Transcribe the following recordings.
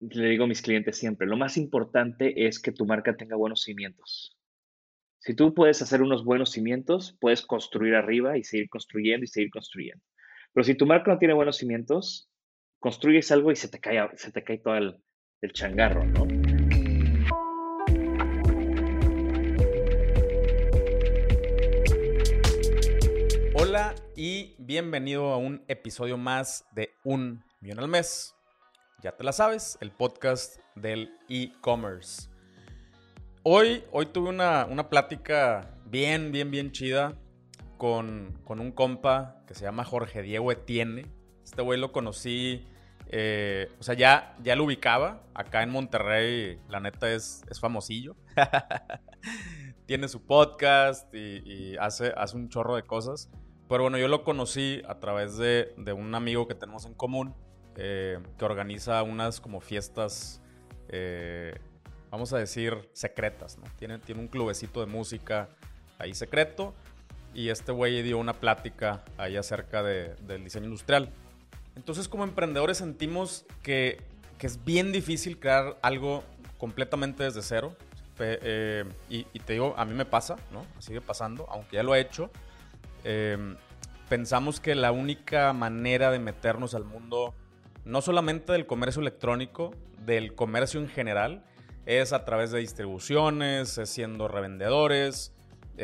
le digo a mis clientes siempre, lo más importante es que tu marca tenga buenos cimientos. Si tú puedes hacer unos buenos cimientos, puedes construir arriba y seguir construyendo y seguir construyendo. Pero si tu marca no tiene buenos cimientos, construyes algo y se te cae todo el changarro, ¿no? Hola y bienvenido a un episodio más de Un Millón al Mes. Ya te la sabes, el podcast del e-commerce. Hoy tuve una plática bien chida con un compa que se llama Jorge Diego Etienne. Este güey lo conocí, ya lo ubicaba. Acá en Monterrey, la neta es famosillo. Tiene su podcast y hace un chorro de cosas. Pero bueno, yo lo conocí a través de un amigo que tenemos en común, que organiza unas como fiestas, vamos a decir, secretas, ¿no? Tiene un clubecito de música ahí secreto, y este güey dio una plática ahí acerca del diseño industrial. Entonces, como emprendedores sentimos que es bien difícil crear algo completamente desde cero. Y te digo, a mí me pasa, ¿no? Sigue pasando, aunque ya lo he hecho. Pensamos que la única manera de meternos al mundo, no solamente del comercio electrónico, del comercio en general, es a través de distribuciones, es siendo revendedores,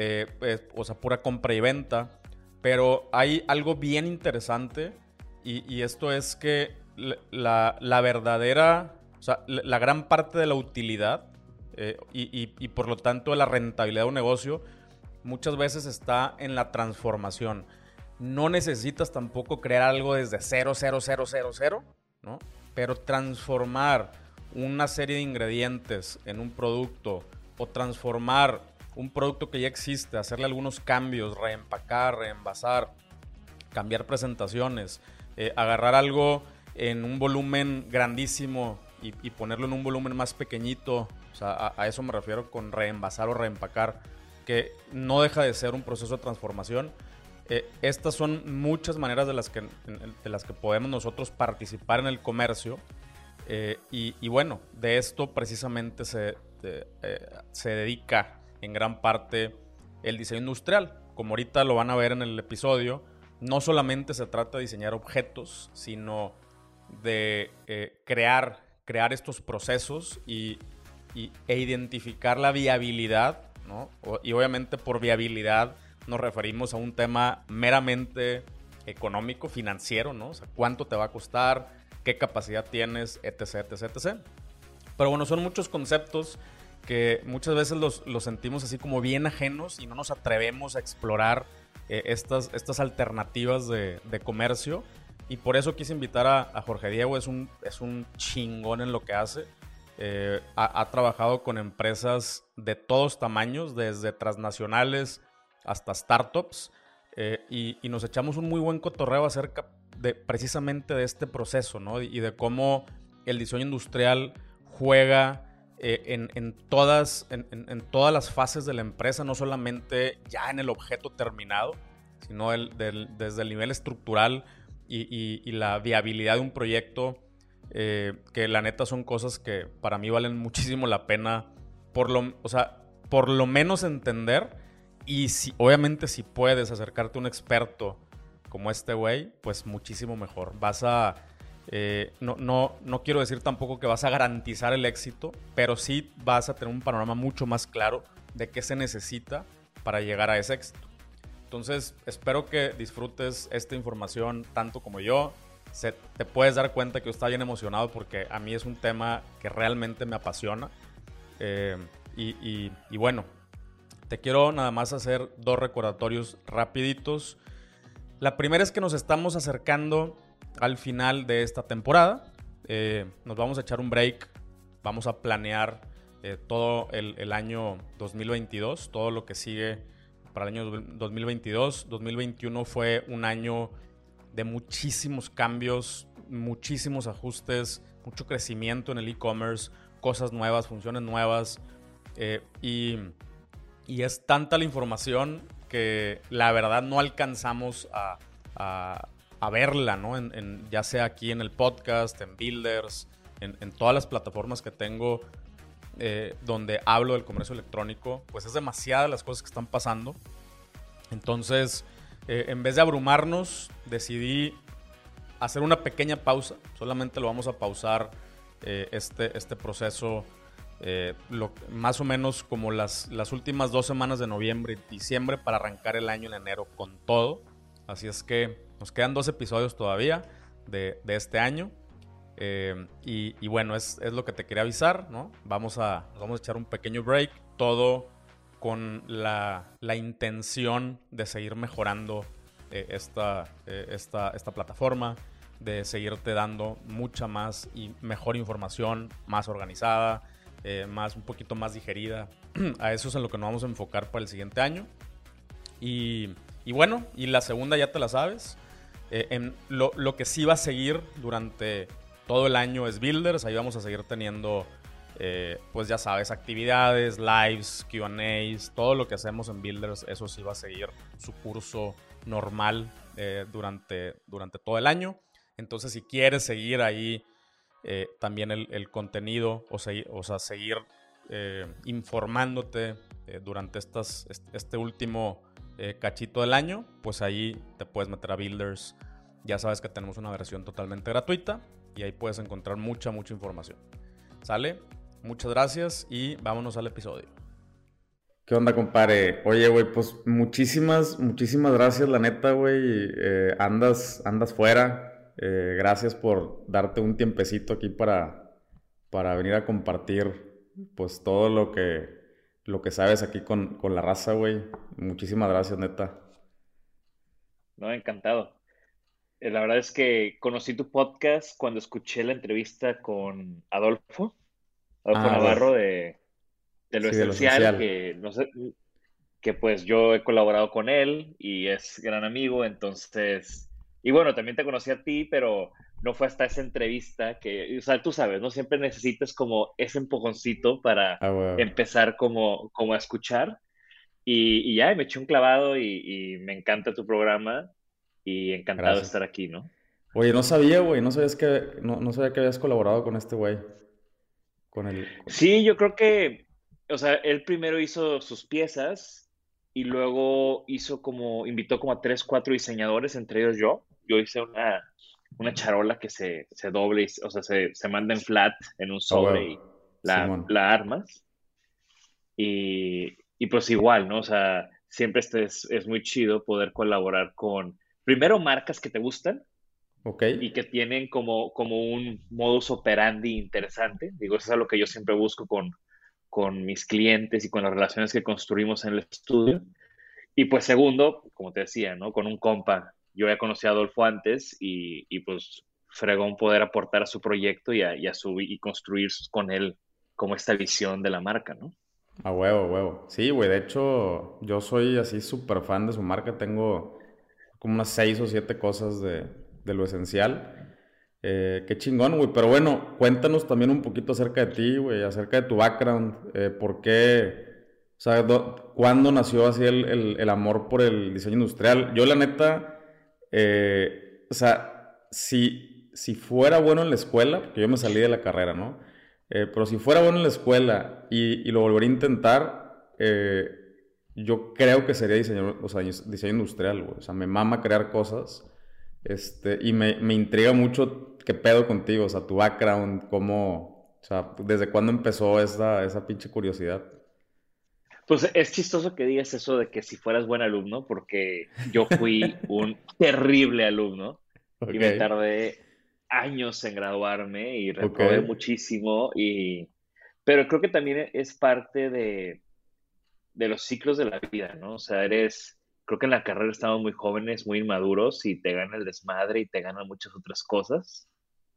pura compra y venta. Pero hay algo bien interesante, y esto es que la verdadera, la gran parte de la utilidad y por lo tanto la rentabilidad de un negocio muchas veces está en la transformación. No necesitas tampoco crear algo desde cero, ¿no? Pero transformar una serie de ingredientes en un producto, o transformar un producto que ya existe, hacerle algunos cambios, reempacar, reenvasar, cambiar presentaciones, agarrar algo en un volumen grandísimo y ponerlo en un volumen más pequeñito. O sea, a eso me refiero con reenvasar o reempacar, que no deja de ser un proceso de transformación. Estas son muchas maneras de las que podemos nosotros participar en el comercio. Y bueno, de esto precisamente se dedica en gran parte el diseño industrial. Como ahorita lo van a ver en el episodio, no solamente se trata de diseñar objetos, sino de crear estos procesos e identificar la viabilidad, ¿no? Y obviamente por viabilidad nos referimos a un tema meramente económico, financiero, ¿no? O sea, cuánto te va a costar, qué capacidad tienes, etc. Pero bueno, son muchos conceptos que muchas veces los sentimos así como bien ajenos y no nos atrevemos a explorar estas alternativas de comercio. Y por eso quise invitar a Jorge Diego. Es un chingón en lo que hace. Ha trabajado con empresas de todos tamaños, desde transnacionales hasta startups, y nos echamos un muy buen cotorreo acerca precisamente de este proceso, ¿no? Y de cómo el diseño industrial juega en todas las fases de la empresa, no solamente ya en el objeto terminado, sino desde el nivel estructural y la viabilidad de un proyecto. Que la neta son cosas que para mí valen muchísimo la pena, por lo menos entender. Y obviamente si puedes acercarte a un experto como este güey, pues muchísimo mejor. No quiero decir tampoco que vas a garantizar el éxito, pero sí vas a tener un panorama mucho más claro de qué se necesita para llegar a ese éxito. Entonces, espero que disfrutes esta información tanto como yo. Te puedes dar cuenta que yo estaba bien emocionado porque a mí es un tema que realmente me apasiona. Y bueno, te quiero nada más hacer dos recordatorios rapiditos. La primera es que nos estamos acercando al final de esta temporada. Nos vamos a echar un break. Vamos a planear todo el año 2022, todo lo que sigue para el año 2022. 2021 fue un año de muchísimos cambios, muchísimos ajustes, mucho crecimiento en el e-commerce, cosas nuevas, funciones nuevas, y es tanta la información que la verdad no alcanzamos a verla, ¿no? Ya sea aquí en el podcast, en Builders, en todas las plataformas que tengo donde hablo del comercio electrónico, pues es demasiadas las cosas que están pasando. Entonces, en vez de abrumarnos, decidí hacer una pequeña pausa. Solamente lo vamos a pausar este proceso más o menos como las últimas 2 semanas de noviembre y diciembre para arrancar el año en enero con todo. Así es que nos quedan 2 episodios todavía de este año. Y bueno, es lo que te quería avisar, ¿no? Vamos a echar un pequeño break, todo con la intención de seguir mejorando esta plataforma, de seguirte dando mucha más y mejor información, más organizada, un poquito más digerida. A eso es en lo que nos vamos a enfocar para el siguiente año. Y bueno, y la segunda ya te la sabes. En lo que sí va a seguir durante todo el año es Builders. Ahí vamos a seguir teniendo, pues ya sabes, actividades, lives, Q&As, todo lo que hacemos en Builders, eso sí va a seguir su curso normal durante todo el año. Entonces, si quieres seguir ahí también el contenido o sea, seguir informándote durante este último cachito del año, pues ahí te puedes meter a Builders. Ya sabes que tenemos una versión totalmente gratuita y ahí puedes encontrar mucha información. ¿Sale? Muchas gracias y vámonos al episodio. ¿Qué onda, compadre? Oye, güey, pues muchísimas gracias, la neta, güey. Andas fuera. Gracias por darte un tiempecito aquí para venir a compartir, pues, todo lo que sabes aquí con la raza, güey. Muchísimas gracias, neta. No, encantado. La verdad es que conocí tu podcast cuando escuché la entrevista con Adolfo Ah, güey. Navarro de Lo Sí, de lo Esencial, esencial. que no sé, que pues yo he colaborado con él y es gran amigo, entonces, y bueno, también te conocí a ti, pero no fue hasta esa entrevista que, o sea, tú sabes, ¿no? Siempre necesitas como ese empujoncito para Ah, güey. empezar como a escuchar y ya, me eché un clavado y me encanta tu programa y encantado de Gracias. estar aquí, ¿no? Oye, no sabía, güey. No sabía que habías colaborado con este güey. Con el... Sí, yo creo que, o sea, él primero hizo sus piezas y luego invitó como a 3, 4 diseñadores, entre ellos yo. Yo hice una charola que se doble, o sea, se manda en flat en un Ah, güey. sobre y Simón. la armas. Y pues igual, ¿no? O sea, siempre es muy chido poder colaborar con, primero, marcas que te gustan Ok. y que tienen como un modus operandi interesante. Digo, eso es algo que yo siempre busco con mis clientes y con las relaciones que construimos en el estudio. Y pues segundo, como te decía, ¿no? Con un compa. Yo ya conocí a Adolfo antes y pues fregón poder aportar a su proyecto y construir con él como esta visión de la marca, ¿no? A huevo, a huevo. Sí, güey, de hecho, yo soy así súper fan de su marca. Tengo como unas 6 o 7 cosas de lo esencial. Qué chingón, güey. Pero bueno, cuéntanos también un poquito acerca de ti, güey, acerca de tu background. ¿Por qué? O sea, ¿cuándo nació así el amor por el diseño industrial? Yo, la neta, o sea, si fuera bueno en la escuela, porque yo me salí de la carrera, ¿no? Pero si fuera bueno en la escuela y lo volvería a intentar, yo creo que sería diseño, o sea, diseño industrial, güey. O sea, me mama crear cosas. Y me intriga mucho qué pedo contigo, o sea, tu background, o sea, desde cuándo empezó esa pinche curiosidad. Pues es chistoso que digas eso de que si fueras buen alumno, porque yo fui un terrible alumno y Ok, me tardé años en graduarme y ok, reprobé muchísimo pero creo que también es parte de los ciclos de la vida, ¿no? O sea, creo que en la carrera estamos muy jóvenes, muy inmaduros y te gana el desmadre y te ganan muchas otras cosas.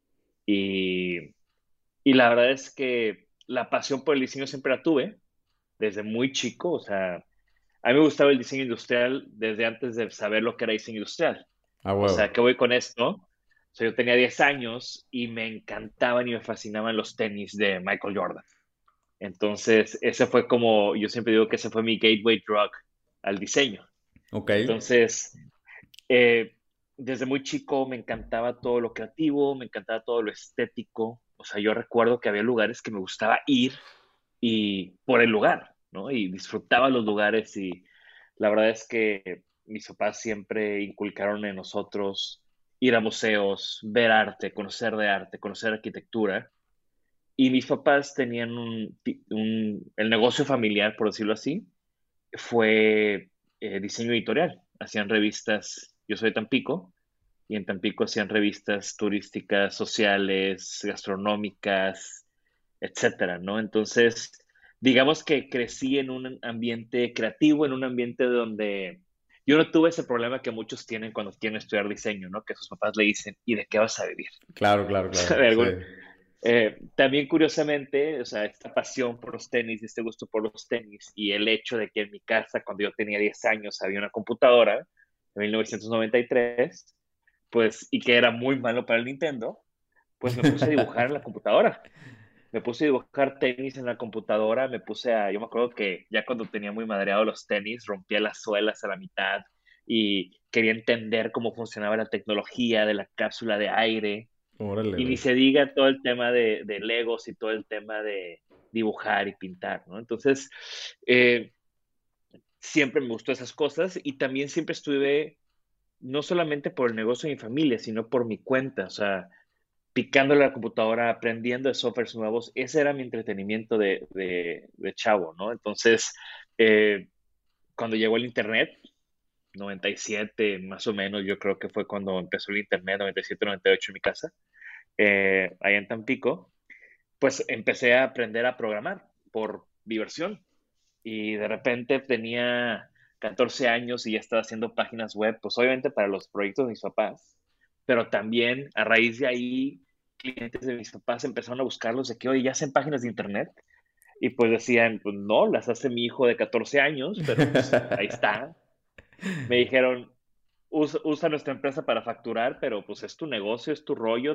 Y, y la verdad es que la pasión por el diseño siempre la tuve desde muy chico, o sea, a mí me gustaba el diseño industrial desde antes de saber lo que era diseño industrial. a O sea, huevo. ¿qué voy con esto? O sea, yo tenía 10 años y me encantaban y me fascinaban los tenis de Michael Jordan. Entonces, ese fue como, yo siempre digo que ese fue mi gateway drug al diseño. Ok, Entonces, eh, desde muy chico me encantaba todo lo creativo, me encantaba todo lo estético. o sea, yo recuerdo que había lugares que me gustaba ir y por el lugar, ¿no? Y disfrutaba los lugares y la verdad es que mis papás siempre inculcaron en nosotros ir a museos, ver arte, conocer de arte, conocer arquitectura. Y mis papás tenían el negocio familiar, por decirlo así, fue diseño editorial. Hacían revistas, yo soy de Tampico, y en Tampico hacían revistas turísticas, sociales, gastronómicas, etcétera, ¿no? Entonces, digamos que crecí en un ambiente creativo, en un ambiente donde yo no tuve ese problema que muchos tienen cuando quieren estudiar diseño, ¿no? Que sus papás le dicen, ¿y de qué vas a vivir? Claro, claro, O sea, claro. Sí. también curiosamente, o sea, esta pasión por los tenis, este gusto por los tenis y el hecho de que en mi casa, cuando yo tenía 10 años, había una computadora en 1993, pues, y que era muy malo para el Nintendo, pues me puse a dibujar en la computadora. Me puse a dibujar tenis en la computadora, yo me acuerdo que ya cuando tenía muy madreado los tenis, rompía las suelas a la mitad y quería entender cómo funcionaba la tecnología de la cápsula de aire. Órale, Y ni güey. se diga todo el tema de Legos y todo el tema de dibujar y pintar, ¿no? Entonces, eh, siempre me gustó esas cosas y también siempre estuve, no solamente por el negocio de mi familia, sino por mi cuenta, o sea, picándole a la computadora, aprendiendo de softwares nuevos, ese era mi entretenimiento de chavo, ¿no? Entonces, eh, cuando llegó el Internet, 97 más o menos, yo creo que fue cuando empezó el Internet, 97, 98 en mi casa, allá en Tampico, pues empecé a aprender a programar por diversión y de repente tenía 14 años y ya estaba haciendo páginas web, pues obviamente para los proyectos de mis papás, pero también a raíz de ahí clientes de mis papás empezaron a buscarlos de que, oye, ya hacen páginas de internet y pues decían, pues no, las hace mi hijo de 14 años, pero pues ahí está. Me dijeron, usa nuestra empresa para facturar, pero pues es tu negocio, es tu rollo,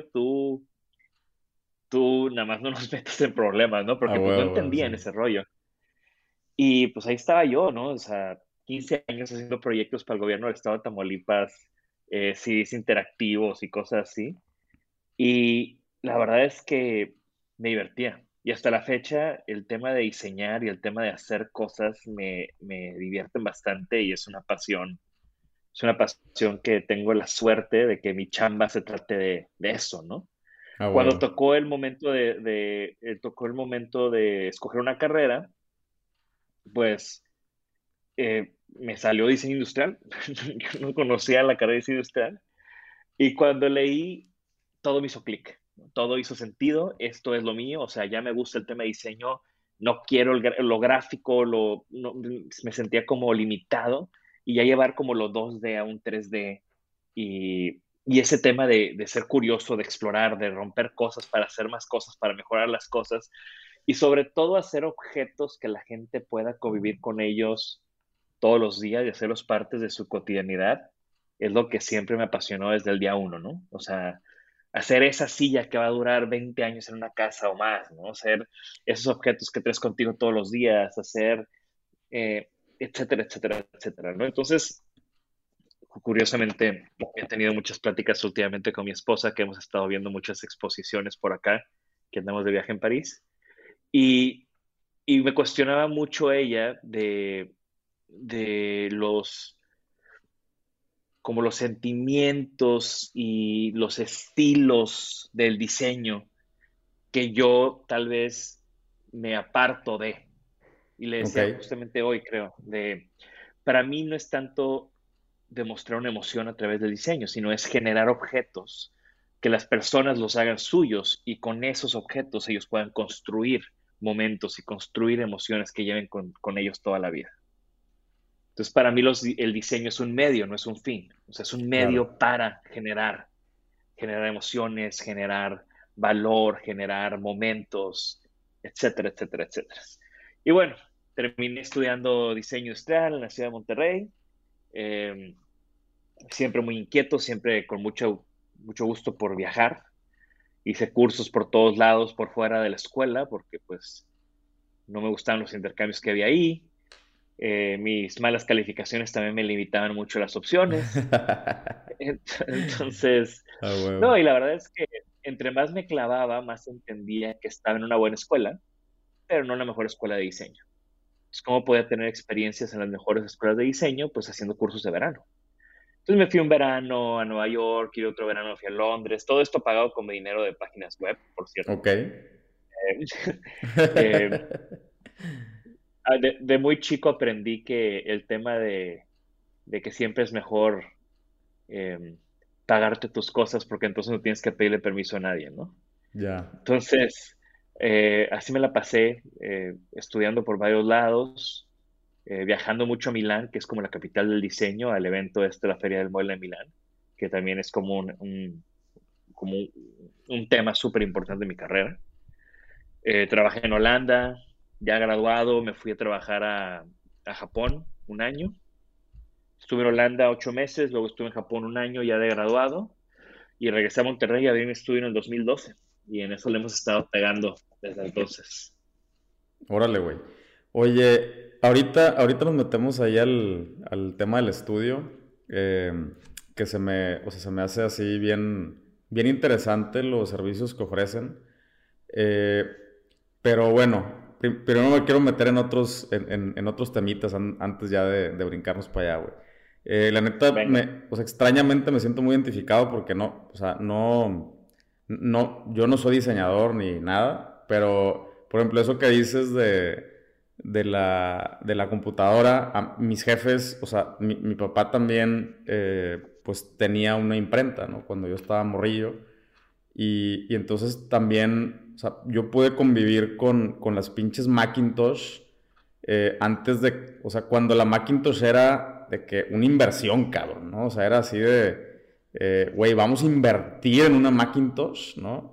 tú nada más no nos metas en problemas, ¿no? A Porque pues no huevo, huevo, entendían sí. ese rollo. Y pues ahí estaba yo, ¿no? O sea, 15 años haciendo proyectos para el gobierno del estado de Tamaulipas, CDs interactivos y cosas así. Y la verdad es que me divertía. Y hasta la fecha, el tema de diseñar y el tema de hacer cosas me divierten bastante y es una pasión. Es una pasión que tengo la suerte de que mi chamba se trate de eso, ¿no? A Cuando huevo. tocó el momento tocó el momento de escoger una carrera, pues me salió diseño industrial. Yo no conocía la carrera de diseño industrial. Y cuando leí, todo me hizo clic. Todo hizo sentido. Esto es lo mío. O sea, ya me gusta el tema de diseño. No quiero lo gráfico, me sentía como limitado. Y ya llevar como lo 2D a un 3D. Y ese tema de ser curioso, de explorar, de romper cosas para hacer más cosas, para mejorar las cosas. Y sobre todo hacer objetos que la gente pueda convivir con ellos todos los días y hacerlos partes de su cotidianidad, es lo que siempre me apasionó desde el día uno, ¿no? O sea, hacer esa silla que va a durar 20 años en una casa o más, ¿no? Hacer esos objetos que traes contigo todos los días, hacer, eh, etcétera, etcétera, etcétera, ¿no? Entonces, curiosamente, he tenido muchas pláticas últimamente con mi esposa, que hemos estado viendo muchas exposiciones por acá, que andamos de viaje en París, y, y me cuestionaba mucho ella de como los sentimientos y los estilos del diseño que yo tal vez me aparto de. Y le Ok. decía justamente hoy, creo, para mí no es tanto demostrar una emoción a través del diseño, sino es generar objetos que las personas los hagan suyos y con esos objetos ellos puedan construir momentos y construir emociones que lleven con ellos toda la vida. Entonces, para mí el diseño es un medio, no es un fin. O sea, es un Claro. medio para generar emociones, generar valor, generar momentos, etcétera, etcétera, etcétera. Y bueno, terminé estudiando diseño industrial en la ciudad de Monterrey. Eh, Siempre muy inquieto, siempre con mucho gusto por viajar. Hice cursos por todos lados, por fuera de la escuela, porque pues no me gustaban los intercambios que había ahí. Mis malas calificaciones también me limitaban mucho las opciones. A Entonces, huevo. no, y la verdad es que entre más me clavaba, más entendía que estaba en una buena escuela, pero no en la mejor escuela de diseño. Pues, ¿cómo podía tener experiencias en las mejores escuelas de diseño? Pues haciendo cursos de verano. Entonces me fui un verano a Nueva York y otro verano fui a Londres, todo esto pagado con mi dinero de páginas web, por cierto. Ok. Eh, de muy chico aprendí que el tema de que siempre es mejor eh, pagarte tus cosas porque entonces no tienes que pedirle permiso a nadie, ¿no? Ya. Entonces, así me la pasé estudiando por varios lados, viajando mucho a Milán, que es como la capital del diseño, al evento este, la Feria del Mueble de Milán, que también es como como un tema súper importante de mi carrera. Trabajé en Holanda, ya graduado, me fui a trabajar a Japón un año. Estuve en Holanda 8 meses, luego estuve en Japón un año ya de graduado y regresé a Monterrey a abrir mi estudio en el 2012 y en eso le hemos estado pegando desde entonces. Órale, güey. Oye, ahorita nos metemos ahí al tema del estudio, eh, que o sea, se me hace así bien interesante los servicios que ofrecen. Eh, pero bueno, primero me quiero meter en otros temitas antes ya de brincarnos para allá, güey. La neta, Venga. o sea, extrañamente me siento muy identificado porque no, o sea, yo no soy diseñador ni nada, pero, por ejemplo, eso que dices de la computadora, mis jefes, o sea, mi papá también, pues tenía una imprenta, ¿no? Cuando yo estaba morrillo. Y entonces también, o sea, yo pude convivir con las pinches Macintosh antes de, o sea, cuando la Macintosh era de que una inversión, cabrón, ¿no? O sea, era así güey, vamos a invertir en una Macintosh, ¿no?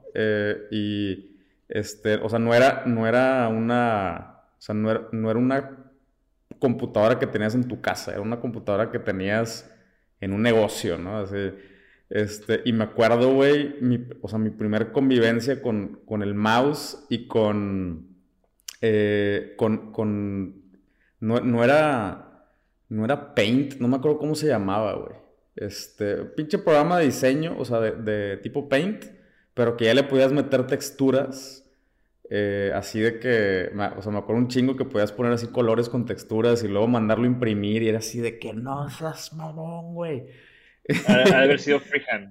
O sea, no era una, o sea, no era una computadora que tenías en tu casa, era una computadora que tenías en un negocio, ¿no? Así, y me acuerdo, güey, o sea, mi primer convivencia con el mouse y no era Paint, no me acuerdo cómo se llamaba, güey. Pinche programa de diseño, o sea, de tipo Paint, pero que ya le podías meter texturas. Así de que, o sea, me acuerdo un chingo que podías poner así colores con texturas y luego mandarlo a imprimir y era así de que no seas mamón, güey. Ha de haber sido freehand.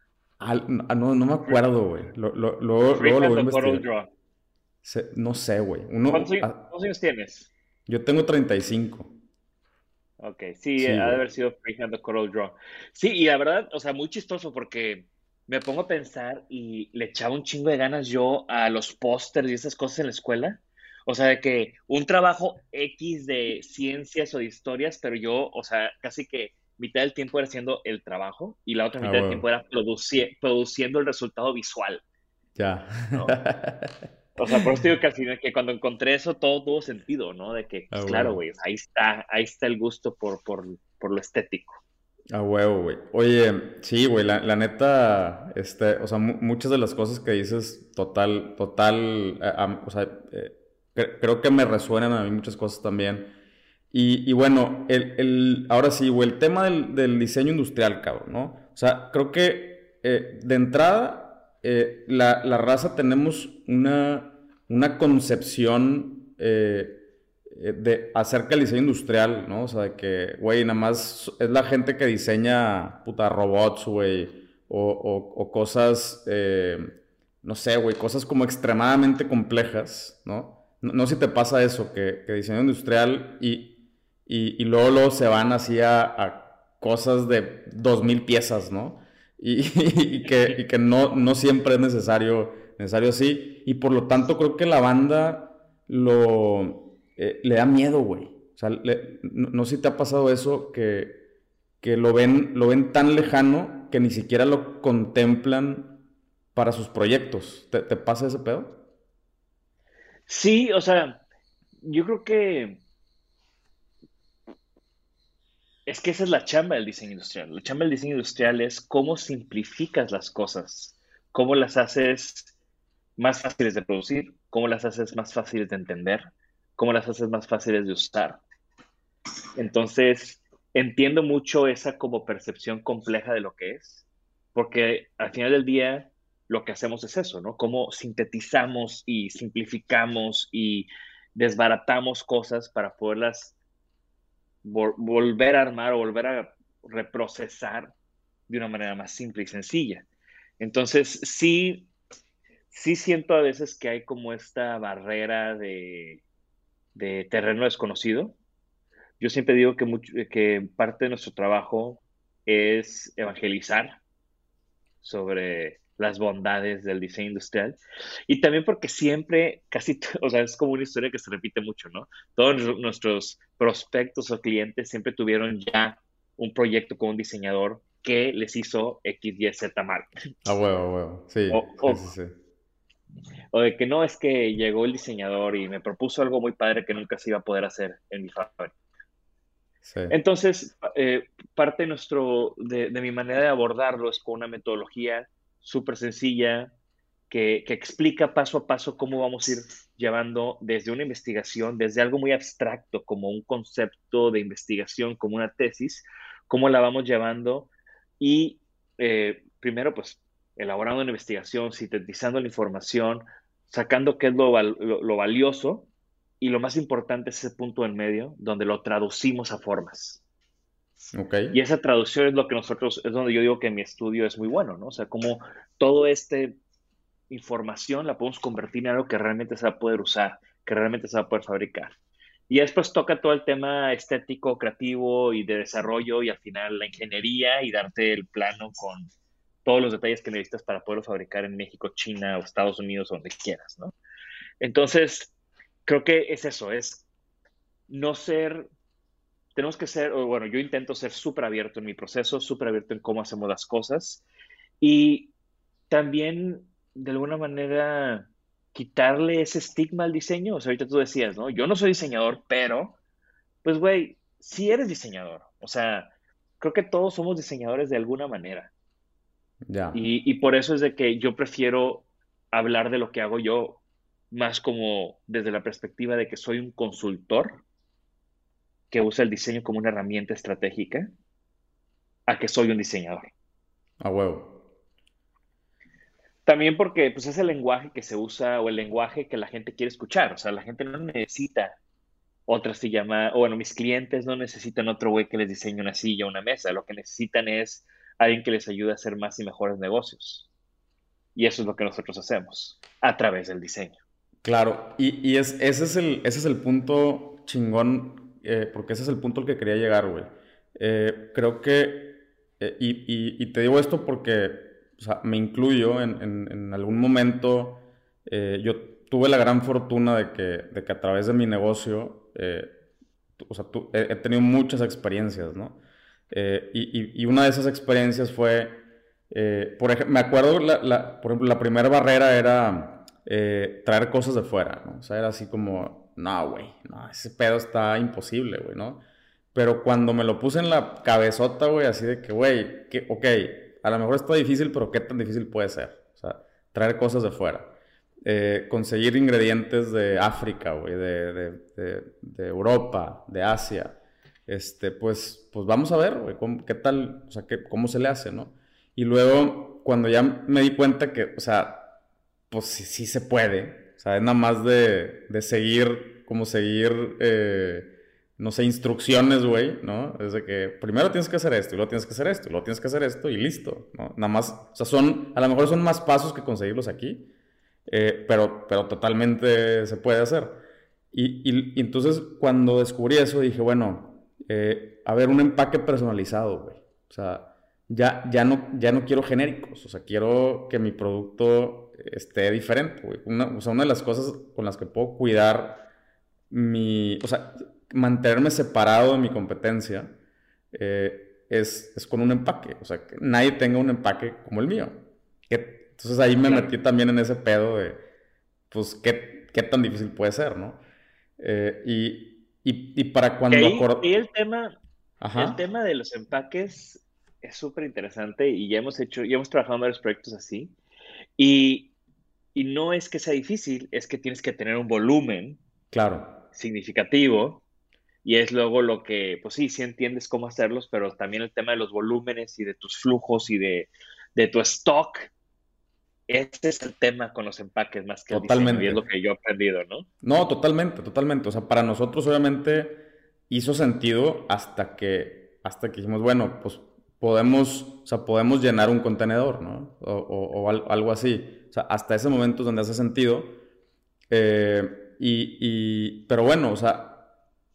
No me Free- acuerdo, güey. Luego lo voy Freehand a o Corel investigar. Draw. No sé, güey. ¿Cuántos años tienes? Yo tengo 35. Ok, sí, Sí, ha de güey. haber sido Freehand o Corel Draw. Sí, y la verdad, o sea, muy chistoso porque me pongo a pensar y le echaba un chingo de ganas yo a los pósters y esas cosas en la escuela. O sea, de que un trabajo X de ciencias o de historias, pero yo, o sea, casi que mitad del tiempo era haciendo el trabajo y la otra Ah, mitad del güey. tiempo era produciendo el resultado visual, Ya. ¿no? O sea, por eso digo que al final, que cuando encontré eso, todo tuvo sentido, ¿no? De que, Ah, pues claro, güey. güey, ahí está el gusto por lo estético. A huevo, güey. Oye, sí, güey, la neta, o sea, muchas de las cosas que dices, total, o sea, creo que me resuenan a mí muchas cosas también. Y bueno, ahora sí, güey, el tema del diseño industrial, cabrón, ¿no? O sea, creo que de entrada, la raza tenemos una concepción acerca del diseño industrial, ¿no? O sea, de que, güey, nada más es la gente que diseña, puta, robots, güey, o cosas, no sé, güey, cosas como extremadamente complejas, ¿no? No sé si te pasa eso, que diseño industrial y luego se van así a cosas de 2000 piezas, ¿no? Y, y que no siempre es necesario así. Y por lo tanto creo que la banda le da miedo, güey. O sea, no sé si te ha pasado eso, que lo ven tan lejano que ni siquiera lo contemplan para sus proyectos. ¿Te pasa ese pedo? Sí, o sea, yo creo que es que esa es la chamba del diseño industrial. La chamba del diseño industrial es cómo simplificas las cosas, cómo las haces más fáciles de producir, cómo las haces más fáciles de entender, cómo las haces más fáciles de usar. Entonces, entiendo mucho esa como percepción compleja de lo que es, porque al final del día lo que hacemos es eso, ¿no? Cómo sintetizamos y simplificamos y desbaratamos cosas para poderlas volver a armar o volver a reprocesar de una manera más simple y sencilla. Entonces, sí siento a veces que hay como esta barrera de terreno desconocido. Yo siempre digo que parte de nuestro trabajo es evangelizar sobre las bondades del diseño industrial y también porque siempre, o sea, es como una historia que se repite mucho, ¿no? Todos nuestros prospectos o clientes siempre tuvieron ya un proyecto con un diseñador que les hizo X, Y, Z mal. A huevo. Sí, O, sí, o, sí, sí. o de que no, es que llegó el diseñador y me propuso algo muy padre que nunca se iba a poder hacer en mi fábrica. Sí. Entonces, parte de mi manera de abordarlo es con una metodología súper sencilla que explica paso a paso cómo vamos a ir llevando desde una investigación, desde algo muy abstracto como un concepto de investigación, como una tesis, cómo la vamos llevando y primero pues elaborando una investigación, sintetizando la información, sacando qué es lo valioso y lo más importante es ese punto en medio donde lo traducimos a formas. Ok. Y esa traducción es lo que es donde yo digo que mi estudio es muy bueno, ¿no? O sea, como todo este información la podemos convertir en algo que realmente se va a poder usar, que realmente se va a poder fabricar. Y después toca todo el tema estético, creativo y de desarrollo y al final la ingeniería y darte el plano con todos los detalles que necesitas para poderlo fabricar en México, China o Estados Unidos, donde quieras, ¿no? Entonces, creo que es eso, es no ser, tenemos que ser, o bueno, yo intento ser súper abierto en mi proceso, súper abierto en cómo hacemos las cosas y también, de alguna manera, quitarle ese estigma al diseño. O sea, ahorita tú decías, ¿no? Yo no soy diseñador, pero, pues, güey, sí eres diseñador. O sea, creo que todos somos diseñadores de alguna manera. Ya. Y por eso es de que yo prefiero hablar de lo que hago yo más como desde la perspectiva de que soy un consultor que usa el diseño como una herramienta estratégica a que soy un diseñador. A huevo. También porque pues, es el lenguaje que se usa o el lenguaje que la gente quiere escuchar. O sea, la gente no necesita otra silla más, o bueno, mis clientes no necesitan otro güey que les diseñe una silla o una mesa. Lo que necesitan es alguien que les ayude a hacer más y mejores negocios. Y eso es lo que nosotros hacemos a través del diseño. Claro, ese es el punto chingón, porque ese es el punto al que quería llegar, güey. Creo que, y te digo esto porque, o sea, me incluyo en algún momento, yo tuve la gran fortuna de que a través de mi negocio, o sea, he tenido muchas experiencias, ¿no? Y una de esas experiencias fue, por ejemplo, me acuerdo, por ejemplo, la primera barrera era traer cosas de fuera, ¿no? O sea, era así como, no, güey, no, ese pedo está imposible, güey, ¿no? Pero cuando me lo puse en la cabezota, güey, así de que, güey, que, ok, a lo mejor está difícil, pero ¿qué tan difícil puede ser? O sea, traer cosas de fuera. Conseguir ingredientes de África, güey, de Europa, de Asia. Pues vamos a ver, güey, qué tal, o sea, cómo se le hace, ¿no? Y luego, cuando ya me di cuenta que, o sea, pues sí, sí se puede. O sea, es nada más de seguir, como seguir, no sé, instrucciones, güey, ¿no? Es de que primero tienes que hacer esto, y luego tienes que hacer esto, y luego tienes que hacer esto, y listo, ¿no? Nada más, o sea, a lo mejor son más pasos que conseguirlos aquí, pero totalmente se puede hacer. Y entonces, cuando descubrí eso, dije, bueno, a ver, un empaque personalizado, güey. O sea, ya no quiero genéricos, o sea, quiero que mi producto esté diferente, güey. O sea, una de las cosas con las que puedo cuidar o sea, mantenerme separado de mi competencia es con un empaque, o sea, que nadie tenga un empaque como el mío. Entonces ahí me Claro. metí también en ese pedo de, pues, qué tan difícil puede ser, ¿no? Y para Que cuando ahí el Ajá, tema de los empaques es súper interesante y ya hemos trabajado en varios proyectos así. Y, y no es que sea difícil, es que tienes que tener un volumen claro. significativo y es luego lo que, pues sí, sí entiendes cómo hacerlos, pero también el tema de los volúmenes y de tus flujos y de tu stock ese es el tema con los empaques más que el diseño, y es Totalmente. lo que yo he aprendido, ¿no? No, totalmente, totalmente. O sea, para nosotros obviamente hizo sentido hasta que dijimos, bueno, pues podemos, o sea, podemos llenar un contenedor, ¿no? Algo así. O sea, hasta ese momento es donde hace sentido. Pero bueno, o sea,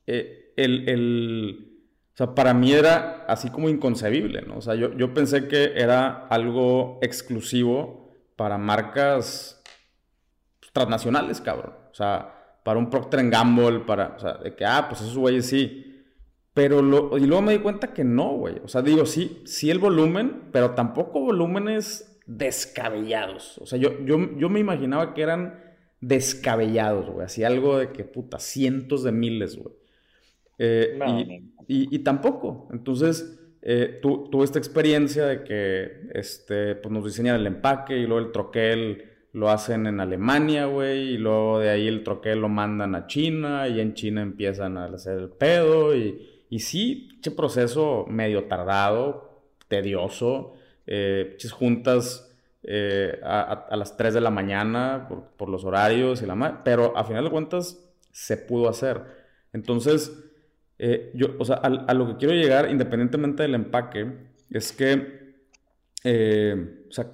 o sea, para mí era así como inconcebible, ¿no? O sea, yo pensé que era algo exclusivo para marcas pues, transnacionales, cabrón. O sea, para un Procter Gamble, o sea, de que, pues esos güeyes sí. Y luego me di cuenta que no, güey. O sea, digo, sí, sí el volumen, pero tampoco volúmenes descabellados. O sea, yo me imaginaba que eran descabellados, güey. Así algo de que, puta, cientos de miles, güey. Eh, No, no. y tampoco. Entonces, tuve esta experiencia de que pues nos diseñan el empaque y luego el troquel lo hacen en Alemania, güey, y luego de ahí el troquel lo mandan a China y en China empiezan a hacer el pedo y sí, pinche proceso medio tardado, tedioso, pinches juntas a las 3 de la mañana por los horarios pero a final de cuentas se pudo hacer. Entonces, o sea, a lo que quiero llegar, independientemente del empaque, es que, o sea,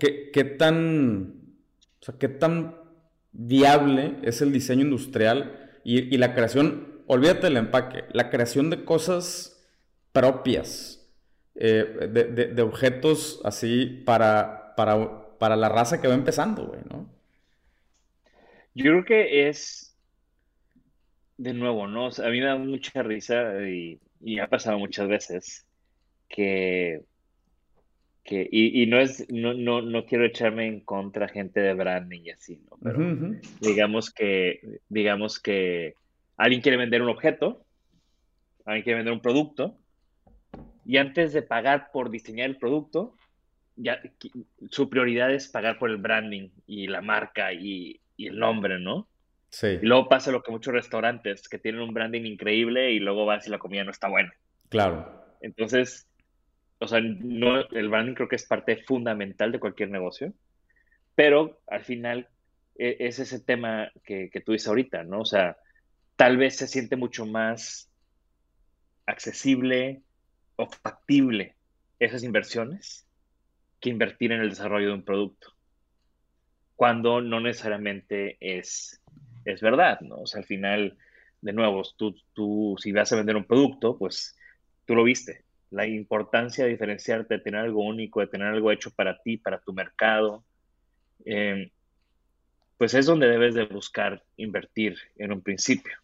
qué tan viable es el diseño industrial y la creación, olvídate del empaque, la creación de cosas propias, de objetos así para la raza que va empezando, güey, ¿no? Yo creo que es de nuevo, ¿no? O sea, a mí me da mucha risa y ha pasado muchas veces que, y no es, no quiero echarme en contra gente de branding y así, ¿no? Ujú, Pero ujú. digamos que alguien quiere vender un objeto, alguien quiere vender un producto, y antes de pagar por diseñar el producto, ya su prioridad es pagar por el branding y la marca y el nombre, ¿no? Sí, Y luego pasa lo que muchos restaurantes que tienen un branding increíble y luego vas y la comida no está buena. claro. Entonces, o sea, no, el branding creo que es parte fundamental de cualquier negocio, pero al final es ese tema que tú dices ahorita, ¿no? O sea, tal vez se siente mucho más accesible o factible esas inversiones que invertir en el desarrollo de un producto, cuando no necesariamente es verdad, ¿no? O sea, al final, de nuevo, tú si vas a vender un producto, pues tú lo viste. La importancia de diferenciarte, de tener algo único, de tener algo hecho para ti, para tu mercado, eh, pues es donde debes de buscar invertir en un principio.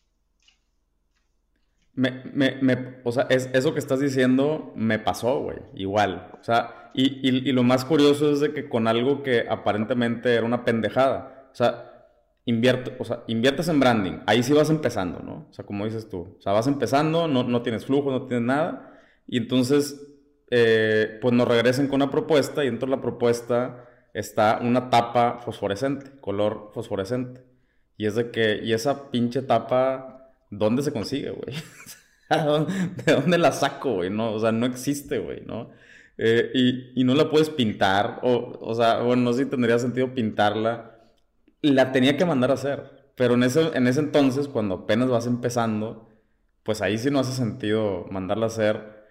O sea, eso que estás diciendo me pasó, güey, igual. O sea, y lo más curioso es de que con algo que aparentemente era una pendejada. O sea, inviertes en branding, ahí sí vas empezando, ¿no? O sea, como dices tú. O sea, vas empezando, no tienes flujo, no tienes nada. Y entonces, pues nos regresen con una propuesta y dentro de la propuesta está una tapa fosforescente, color fosforescente. Y esa pinche tapa, ¿dónde se consigue, güey? ¿De dónde la saco, güey? No, o sea, no existe, güey, ¿no? Y no la puedes pintar, o sea, bueno, no sé si tendría sentido pintarla. La tenía que mandar a hacer, pero en ese entonces, cuando apenas vas empezando, pues ahí sí no hace sentido mandarla a hacer.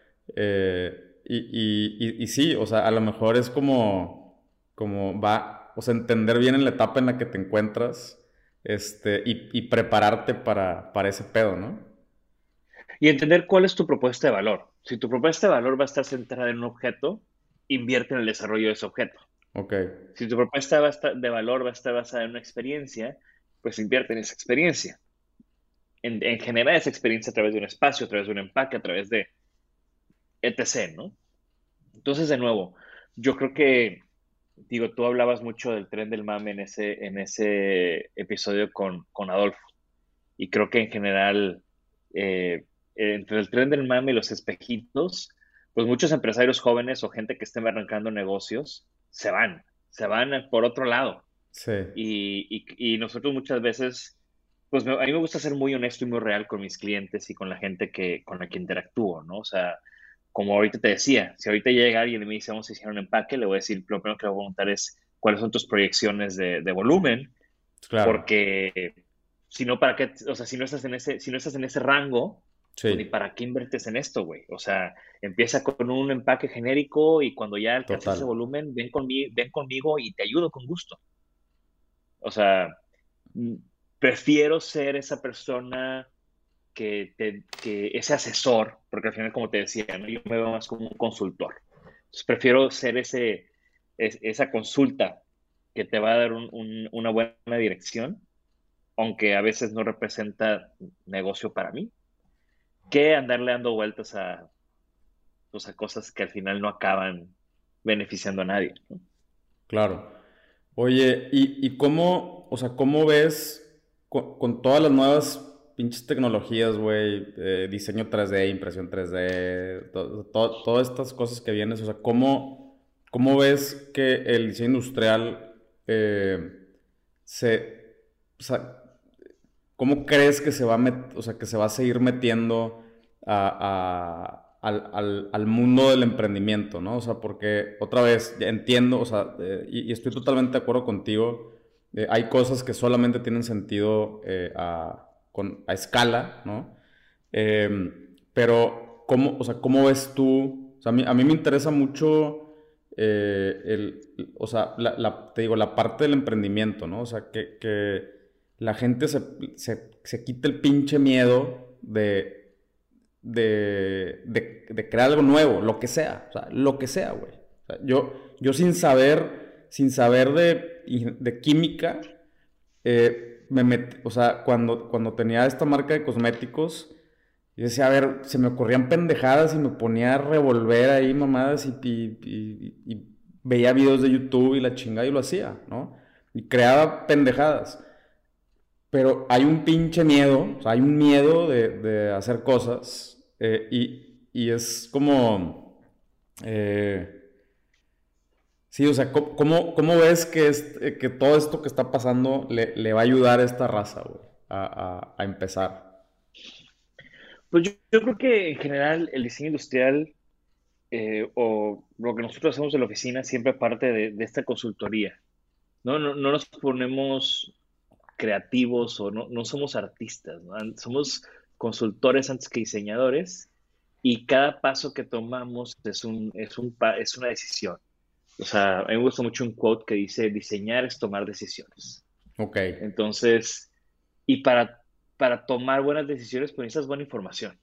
Y sí, o sea, a lo mejor es o sea, entender bien en la etapa en la que te encuentras, y prepararte para ese pedo, ¿no? Y entender cuál es tu propuesta de valor. Si tu propuesta de valor va a estar centrada en un objeto, invierte en el desarrollo de ese objeto. Ok, Si tu propuesta de valor va a estar basada en una experiencia, pues invierte en esa experiencia. En generar esa experiencia a través de un espacio, a través de un empaque, a través de etc., ¿no? Entonces, de nuevo, yo creo que, digo, tú hablabas mucho del tren del mame en ese episodio con Adolfo, y creo que en general, eh, entre el tren del mame y los espejitos, pues muchos empresarios jóvenes o gente que estén arrancando negocios se van por otro lado. sí. Y nosotros muchas veces, pues a mí me gusta ser muy honesto y muy real con mis clientes y con la gente con la que interactúo, ¿no? O sea, como ahorita te decía, si ahorita llega alguien y me dice, vamos a hacer un empaque, le voy a decir, lo primero que le voy a preguntar es, cuáles son tus proyecciones de volumen, Claro, porque si no, ¿para qué? O sea, si no estás en ese rango, pues ni sí, para qué inviertes en esto, güey. O sea, empieza con un empaque genérico y cuando ya alcances ese total. volumen, ven conmigo y te ayudo con gusto. O sea, mm, prefiero ser esa persona que ese asesor, porque al final, como te decía, ¿no? Yo me veo más como un consultor. Entonces, prefiero ser esa consulta que te va a dar una buena dirección, aunque a veces no representa negocio para mí, que andarle dando vueltas pues, a cosas que al final no acaban beneficiando a nadie, ¿no? Claro. Oye, ¿y cómo, o sea, cómo ves con todas las nuevas pinches tecnologías, güey, diseño 3D, impresión 3D, todas estas cosas que vienes, o sea, cómo ves que el diseño industrial se, o sea, cómo crees que se va o sea, que se va a seguir metiendo al mundo del emprendimiento, ¿no? O sea, porque otra vez ya entiendo, o sea, y estoy totalmente de acuerdo contigo. Hay cosas que solamente tienen sentido a escala, ¿no? Pero, o sea, ¿cómo ves tú? O sea, a mí me interesa mucho, o sea, te digo, la parte del emprendimiento, ¿no? O sea, que la gente se quite el pinche miedo de crear algo nuevo, lo que sea, o sea, lo que sea, güey. O sea, yo sin saber de química, o sea, cuando tenía esta marca de cosméticos, yo decía, a ver, se me ocurrían pendejadas y me ponía a revolver ahí mamadas y veía videos de YouTube y la chingada y lo hacía, ¿no? Y creaba pendejadas. Pero hay un pinche miedo, o sea, hay un miedo de hacer cosas y es como, eh, sí, o sea, ¿cómo ves que todo esto que está pasando le va a ayudar a esta raza, güey, a empezar? Pues yo creo que en general el diseño industrial o lo que nosotros hacemos en la oficina siempre parte de esta consultoría. No nos ponemos creativos o no somos artistas, ¿no? Somos consultores antes que diseñadores y cada paso que tomamos es una decisión. O sea, a mí me gusta mucho un quote que dice, diseñar es tomar decisiones. Ok, Entonces, y para tomar buenas decisiones, pues necesitas buena información.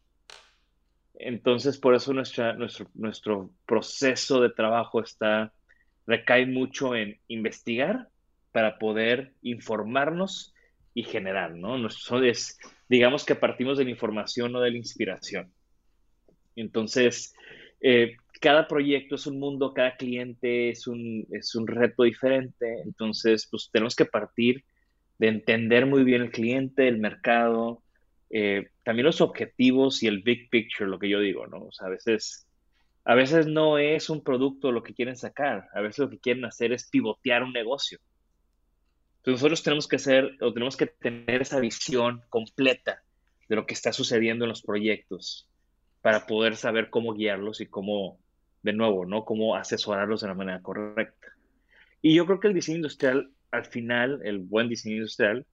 Entonces, por eso nuestro proceso de trabajo recae mucho en investigar para poder informarnos y generar, ¿no? Digamos que partimos de la información, no de la inspiración. Entonces, cada proyecto es un mundo, cada cliente es un reto diferente. Entonces, pues tenemos que partir de entender muy bien el cliente, el mercado, también los objetivos y el big picture, lo que yo digo, ¿no? O sea, a veces no es un producto lo que quieren sacar, a veces lo que quieren hacer es pivotear un negocio. Entonces nosotros tenemos que hacer o tenemos que tener esa visión completa de lo que está sucediendo en los proyectos para poder saber cómo guiarlos y cómo, de nuevo, ¿no? Cómo asesorarlos de la manera correcta. Y yo creo que el diseño industrial, al final, el buen diseño industrial,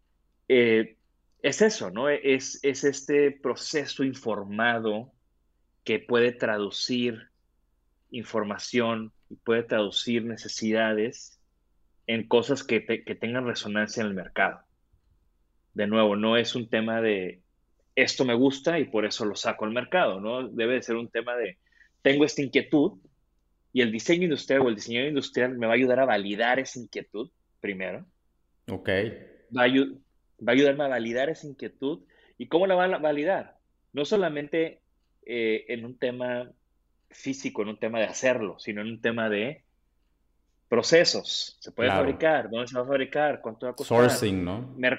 eh, es eso, ¿no? Es este proceso informado que puede traducir información y puede traducir necesidades en cosas que tengan resonancia en el mercado. De nuevo, no es un tema de esto me gusta y por eso lo saco al mercado, ¿no? Debe de ser un tema de tengo esta inquietud y el diseño industrial o el diseñador industrial me va a ayudar a validar esa inquietud primero, ok, va a, ayu- va a ayudarme a validar esa inquietud. ¿Y cómo la va a validar? No solamente en un tema físico, en un tema de hacerlo, sino en un tema de procesos. ¿Se puede claro. fabricar? ¿Dónde se va a fabricar? ¿Cuánto va a costar? Sourcing, ¿no? Mer-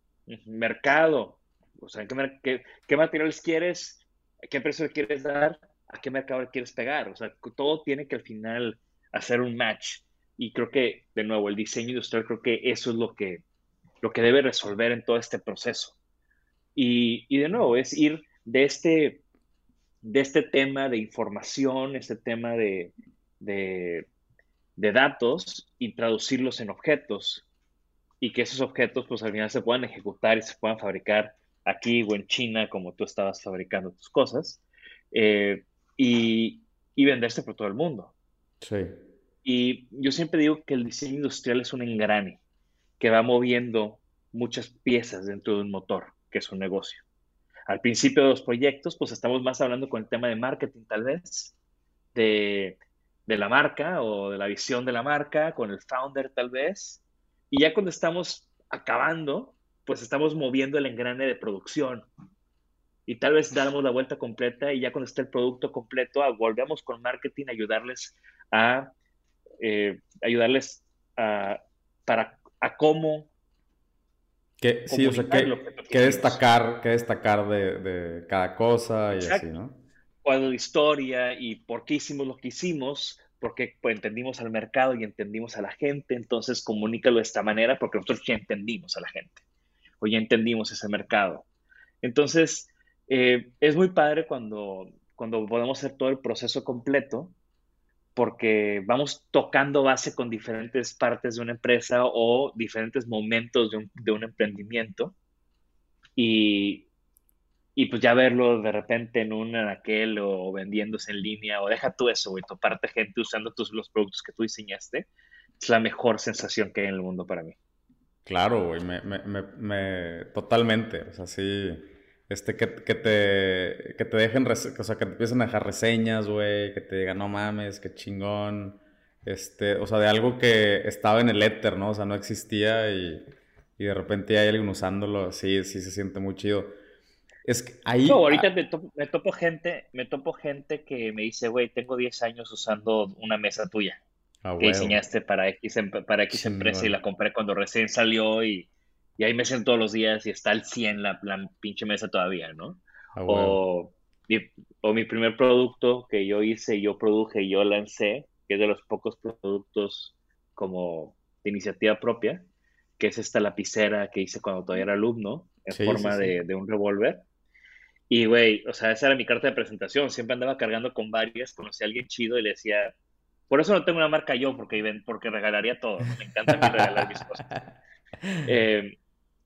mercado. O sea, ¿qué materiales quieres? ¿A qué precio le quieres dar? ¿A qué mercado le quieres pegar? O sea, todo tiene que al final hacer un match. Y creo que, de nuevo, el diseño industrial, creo que eso es lo que debe resolver en todo este proceso. Y de nuevo, es ir de este tema de información, este tema de de datos y traducirlos en objetos y que esos objetos pues al final se puedan ejecutar y se puedan fabricar aquí o en China como tú estabas fabricando tus cosas eh, y, y venderse por todo el mundo. Sí. Y yo siempre digo que el diseño industrial es un engrane que va moviendo muchas piezas dentro de un motor, que es un negocio. Al principio de los proyectos, pues estamos más hablando con el tema de marketing, tal vez, de, de la marca o de la visión de la marca, con el founder, tal vez. Y ya cuando estamos acabando, pues estamos moviendo el engrane de producción. Y tal vez damos la vuelta completa y ya cuando esté el producto completo, volvemos con marketing a a, ayudarles a, a cómo Sí, o sea, comunicar el objeto que hicimos. qué destacar de cada cosa y así, Exacto. ¿no? Cuál es la historia y por qué hicimos lo que hicimos, porque pues, entendimos al mercado y entendimos a la gente, entonces comunícalo de esta manera porque nosotros ya entendimos a la gente o ya entendimos ese mercado. Entonces, es muy padre cuando podemos hacer todo el proceso completo porque vamos tocando base con diferentes partes de una empresa o diferentes momentos de un emprendimiento y, y pues ya verlo de repente en un anaquel o vendiéndose en línea o deja tú eso, güey, toparte gente usando los productos que tú diseñaste, es la mejor sensación que hay en el mundo para mí. Claro, güey, totalmente, o sea, sí, que te dejen, o sea, que te empiecen a dejar reseñas, güey, que te digan, no mames, qué chingón, o sea, de algo que estaba en el éter, ¿no? O sea, no existía y de repente hay alguien usándolo, sí, sí se siente muy chido. Es que No, ahí, ahorita me topo gente que me dice, güey, tengo 10 años usando una mesa tuya a que huevo, diseñaste para para X empresa y chingón, la compré cuando recién salió y ahí me siento todos los días y está al 100 la pinche mesa todavía, ¿no? a huevo, O mi, o mi primer producto que yo hice, yo produje y yo lancé, que es de los pocos productos como de iniciativa propia, que es esta lapicera que hice cuando todavía era alumno, en sí, sí, forma sí. de un revólver. Y, güey, o sea, esa era mi carta de presentación. Siempre andaba cargando con varias. Conocí a alguien chido y le decía, por eso no tengo una marca yo, porque regalaría todo, ¿no? Me encanta a mí regalar mis cosas. Eh,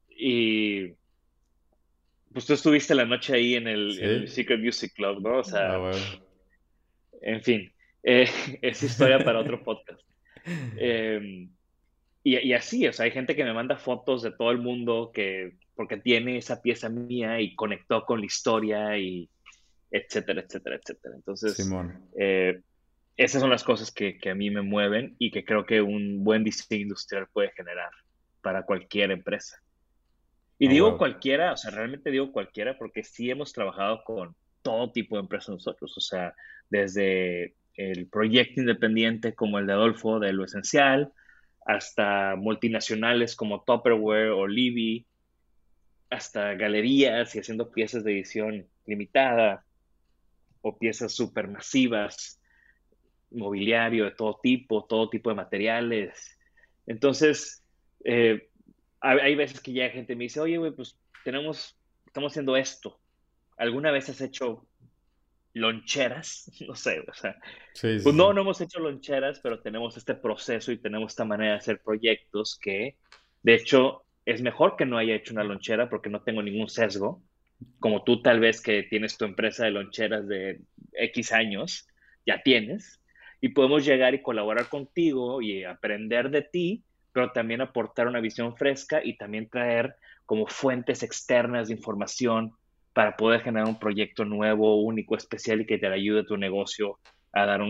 y pues tú estuviste la noche ahí en el Sí, Secret Music Club, ¿no? O a sea, huevo. en fin, es historia para otro podcast. Eh, y así, o sea, hay gente que me manda fotos de todo el mundo porque tiene esa pieza mía y conectó con la historia y etcétera, etcétera, etcétera. Entonces, Simón, eh, esas son las cosas que a mí me mueven y que creo que un buen diseño industrial puede generar para cualquier empresa. Y a digo huevo. cualquiera, o sea, realmente digo cualquiera porque sí hemos trabajado con todo tipo de empresas nosotros, o sea, desde el proyecto independiente como el de Adolfo de Lo Esencial, hasta multinacionales como Tupperware o Libby, hasta galerías y haciendo piezas de edición limitada o piezas supermasivas, mobiliario de todo tipo de materiales. Entonces, eh, hay veces que ya gente me dice, oye, güey, pues estamos haciendo esto. ¿Alguna vez has hecho loncheras? No sé, o sea, Sí, sí, pues sí. no hemos hecho loncheras, pero tenemos este proceso y tenemos esta manera de hacer proyectos que, de hecho, es mejor que no haya hecho una lonchera porque no tengo ningún sesgo, como tú tal vez que tienes tu empresa de loncheras de X años, ya tienes, y podemos llegar y colaborar contigo y aprender de ti, pero también aportar una visión fresca y también traer como fuentes externas de información para poder generar un proyecto nuevo, único, especial y que te ayude a tu negocio a dar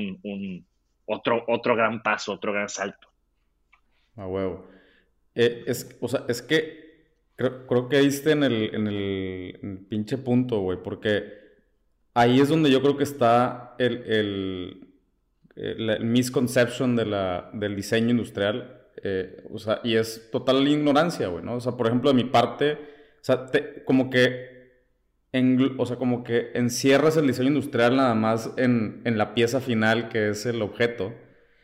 otro gran paso, otro gran salto. A huevo. O sea, es que creo que diste en el pinche punto, güey, porque ahí es donde yo creo que está el misconception del diseño industrial, o sea, y es total ignorancia, güey, ¿no? O sea, por ejemplo, de mi parte, o sea, o sea, como que encierras el diseño industrial nada más en la pieza final que es el objeto.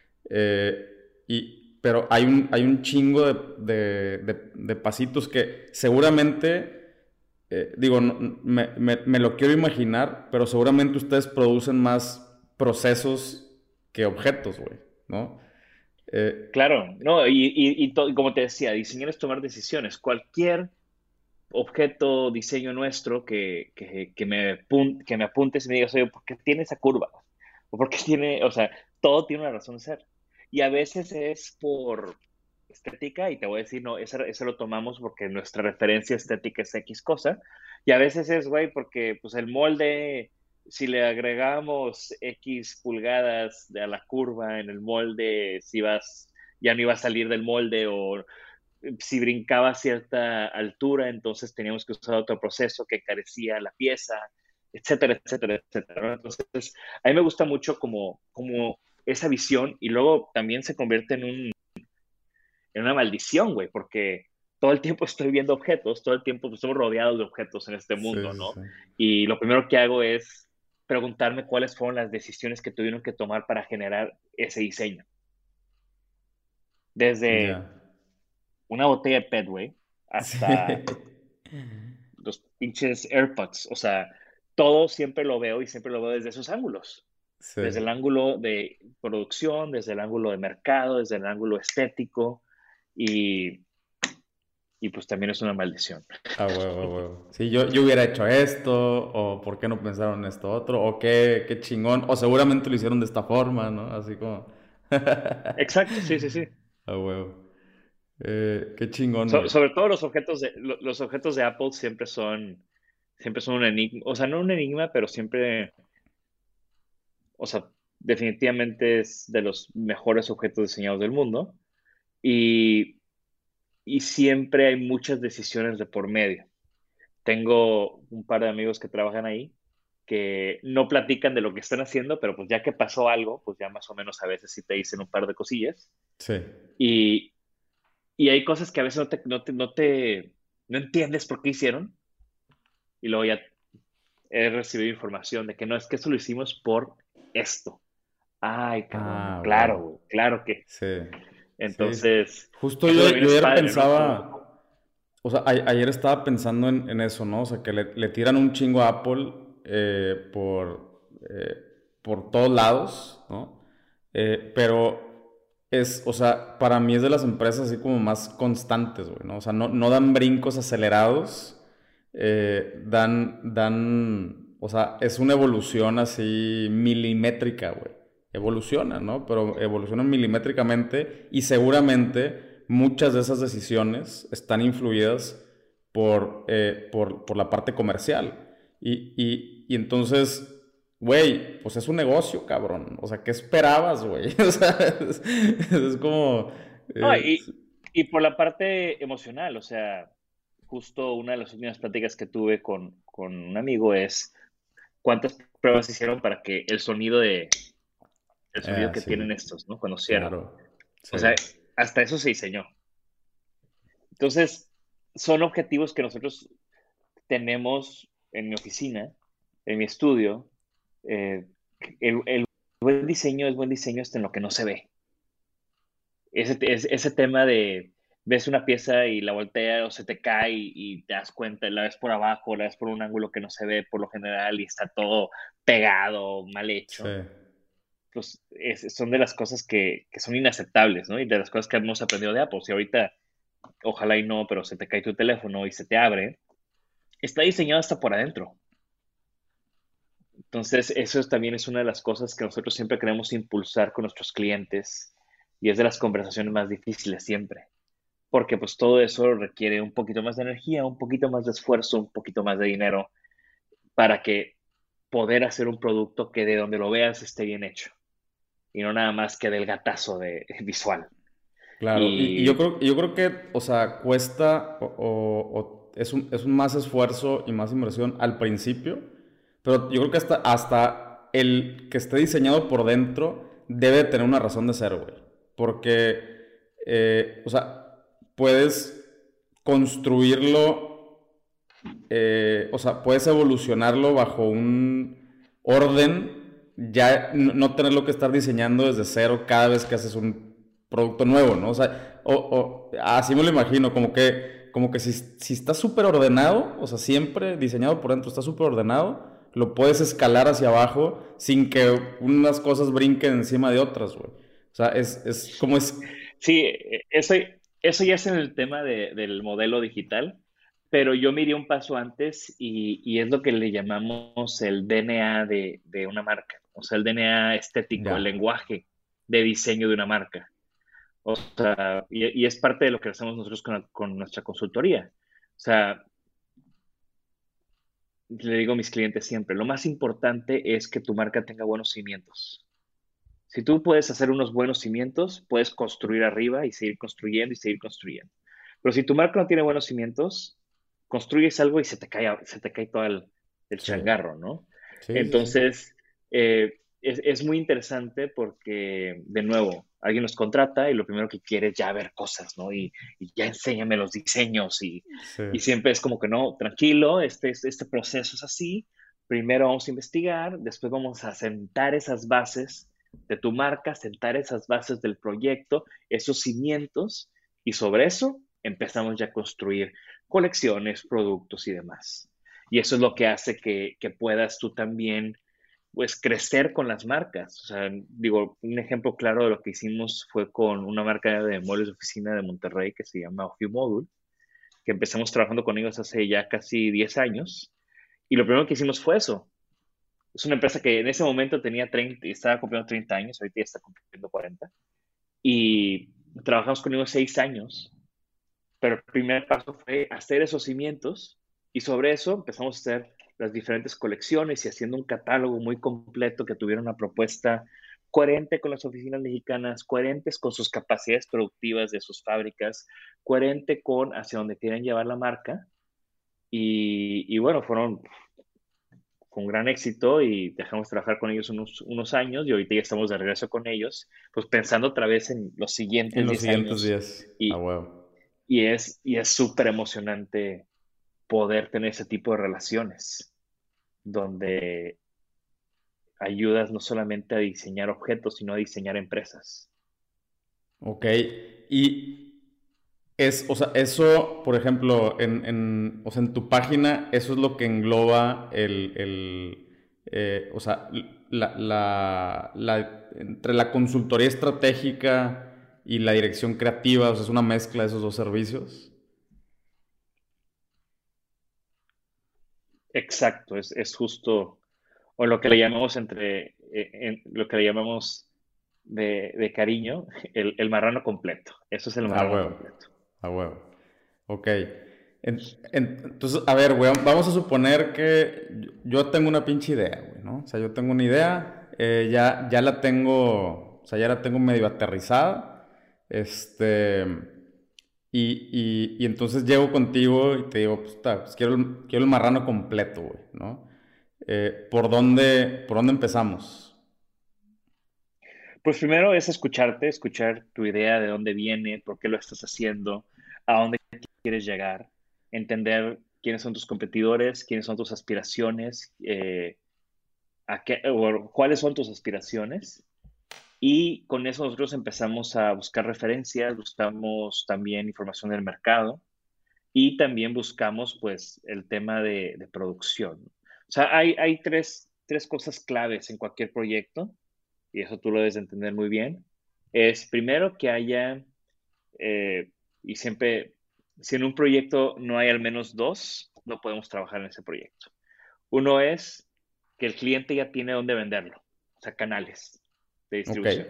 Pero hay un chingo de pasitos que seguramente, digo, me lo quiero imaginar, pero seguramente ustedes producen más procesos que objetos, güey, ¿no? Claro, no, y como te decía, diseñar es tomar decisiones. Cualquier objeto, diseño nuestro que me apuntes y me digas, oye, ¿por qué tiene esa curva? O por qué tiene, o sea, todo tiene una razón de ser. Y a veces es por estética, y te voy a decir, no, eso lo tomamos porque nuestra referencia estética es X cosa. Y a veces es, güey, porque pues el molde, si le agregamos X pulgadas a la curva en el molde, si vas, ya no iba a salir del molde, o si brincaba a cierta altura, entonces teníamos que usar otro proceso que carecía la pieza, etcétera, etcétera, etcétera, ¿no? Entonces, a mí me gusta mucho como esa visión, y luego también se convierte en una maldición, güey, porque todo el tiempo estoy viendo objetos, todo el tiempo pues, estamos rodeados de objetos en este Sí, mundo, sí, ¿no? sí. Y lo primero que hago es preguntarme cuáles fueron las decisiones que tuvieron que tomar para generar ese diseño. Desde Ya. una botella de PET, güey, hasta Sí. los pinches AirPods. O sea, todo siempre lo veo, y siempre lo veo desde esos ángulos. Sí. Desde el ángulo de producción, desde el ángulo de mercado, desde el ángulo estético, y, y pues también es una maldición. Ah, huevo, a huevo. Sí, yo hubiera hecho esto, o por qué no pensaron esto otro, o qué chingón, o seguramente lo hicieron de esta forma, ¿no? Así como... Exacto, sí, sí, sí. A huevo. Qué chingón, güey. Sobre todo los objetos de Apple siempre son un enigma. O sea, no un enigma, pero siempre, o sea, definitivamente es de los mejores objetos diseñados del mundo. Y, y siempre hay muchas decisiones de por medio. Tengo un par de amigos que trabajan ahí que no platican de lo que están haciendo, pero pues ya que pasó algo, pues ya más o menos a veces sí te dicen un par de cosillas. Sí. Y, y hay cosas que a veces no entiendes por qué hicieron, y luego ya he recibido información de que no, es que eso lo hicimos por esto. Ay, cabrón, Ah, claro, huevo. güey, claro que. Sí. Sí. Entonces, Justo eso yo, también yo es ayer padre, ¿no? Como, pensaba, o sea, ayer estaba pensando en eso, ¿no? O sea, que le tiran un chingo a Apple por todos lados, ¿no? Pero o sea, para mí es de las empresas así como más constantes, güey, ¿no? O sea, no dan brincos acelerados, o sea, es una evolución así milimétrica, güey. Evoluciona, ¿no? Pero evoluciona milimétricamente y seguramente muchas de esas decisiones están influidas por la parte comercial. Y entonces, güey, pues es un negocio, cabrón. O sea, ¿qué esperabas, güey? O sea, es como... no, eh, y por la parte emocional, o sea, justo una de las últimas pláticas que tuve con un amigo es cuántas pruebas hicieron para que el sonido que sí, tienen estos, ¿no? Cuando cierran. claro. O Sí, sea, hasta eso se diseñó. Entonces, son objetivos que nosotros tenemos en mi oficina, en mi estudio. eh, el buen diseño es buen diseño hasta en lo que no se ve. Ese tema de ves una pieza y la volteas o se te cae, y te das cuenta, la ves por abajo, la ves por un ángulo que no se ve por lo general y está todo pegado, mal sí. hecho, pues son de las cosas que son inaceptables, ¿no? Y de las cosas que hemos aprendido de Apple. Si ahorita, ojalá y no, pero se te cae tu teléfono y se te abre, está diseñado hasta por adentro. Entonces, también es una de las cosas que nosotros siempre queremos impulsar con nuestros clientes, y es de las conversaciones más difíciles siempre, porque pues todo eso requiere un poquito más de energía, un poquito más de esfuerzo, un poquito más de dinero para que poder hacer un producto que de donde lo veas esté bien hecho, y no nada más que del gatazo de visual. Claro, y Y yo creo que, o sea, cuesta o es un más esfuerzo y más inversión al principio, pero yo creo que hasta el que esté diseñado por dentro debe tener una razón de ser, güey. Porque, o sea, puedes construirlo, o sea, puedes evolucionarlo bajo un orden, ya no tenerlo que estar diseñando desde cero cada vez que haces un producto nuevo, ¿no? O sea, así me lo imagino, como que si está súper ordenado, o sea, siempre diseñado por dentro, está súper ordenado, lo puedes escalar hacia abajo sin que unas cosas brinquen encima de otras, güey. O sea, es como es... Sí, eso ya es en el tema del modelo digital, pero yo me iría un paso antes y es lo que le llamamos el DNA de una marca, o sea, el DNA estético, el Ya. lenguaje de diseño de una marca. O sea, y es parte de lo que hacemos nosotros con nuestra consultoría. O sea, le digo a mis clientes siempre, lo más importante es que tu marca tenga buenos cimientos. Si tú puedes hacer unos buenos cimientos, puedes construir arriba y seguir construyendo y seguir construyendo. Pero si tu marca no tiene buenos cimientos, construyes algo y se te cae todo el Sí. changarro, ¿no? Sí, sí, sí. Entonces, es muy interesante porque, de nuevo, alguien nos contrata y lo primero que quiere es ya ver cosas, ¿no? Y ya enséñame los diseños Sí. y siempre es como que no, tranquilo, este proceso es así. Primero vamos a investigar, después vamos a sentar esas bases de tu marca, sentar esas bases del proyecto, esos cimientos, y sobre eso empezamos ya a construir colecciones, productos y demás. Y eso es lo que hace que puedas tú también, pues, crecer con las marcas. O sea, digo, un ejemplo claro de lo que hicimos fue con una marca de muebles de oficina de Monterrey que se llama Module, que empezamos trabajando con ellos hace ya casi 10 años. Y lo primero que hicimos fue eso. Es una empresa que en ese momento tenía 30, estaba cumpliendo 30 años, ahorita ya está cumpliendo 40. Y trabajamos con ellos 6 años, pero el primer paso fue hacer esos cimientos y sobre eso empezamos a hacer las diferentes colecciones y haciendo un catálogo muy completo que tuviera una propuesta coherente con las oficinas mexicanas, coherentes con sus capacidades productivas de sus fábricas, coherente con hacia dónde quieren llevar la marca. Y bueno, fue un gran éxito y dejamos trabajar con ellos unos años y ahorita ya estamos de regreso con ellos, pues pensando otra vez en los En siguientes los 10 siguientes años días. A y, huevo. y es súper emocionante poder tener ese tipo de relaciones donde ayudas no solamente a diseñar objetos, sino a diseñar empresas. Ok. Y o sea, eso, por ejemplo, o sea, en tu página, eso es lo que engloba o sea, entre la consultoría estratégica y la dirección creativa, o sea, es una mezcla de esos dos servicios. Exacto, es justo, o lo que le llamamos lo que le llamamos de cariño, el marrano completo. Eso es el A marrano huevo, completo. a huevo. Ok. Entonces, a ver, güey, vamos a suponer que yo tengo una pinche idea, güey, ¿no? O sea, yo tengo una idea, ya la tengo, o sea, ya la tengo medio aterrizada, este, y entonces llego contigo y te digo, pues, pues, quiero el marrano completo, güey, ¿no? ¿Por dónde empezamos? Pues primero es escucharte, escuchar tu idea, de dónde viene, por qué lo estás haciendo, a dónde quieres llegar, entender quiénes son tus competidores, quiénes son tus aspiraciones, o cuáles son tus aspiraciones. Y con eso nosotros empezamos a buscar referencias, buscamos también información del mercado y también buscamos pues el tema de producción. O sea, hay tres cosas claves en cualquier proyecto y eso tú lo debes de entender muy bien. Es primero que haya, eh, y siempre, si en un proyecto no hay al menos dos, no podemos trabajar en ese proyecto. Uno es que el cliente ya tiene dónde venderlo, o sea, canales de Ok, distribución.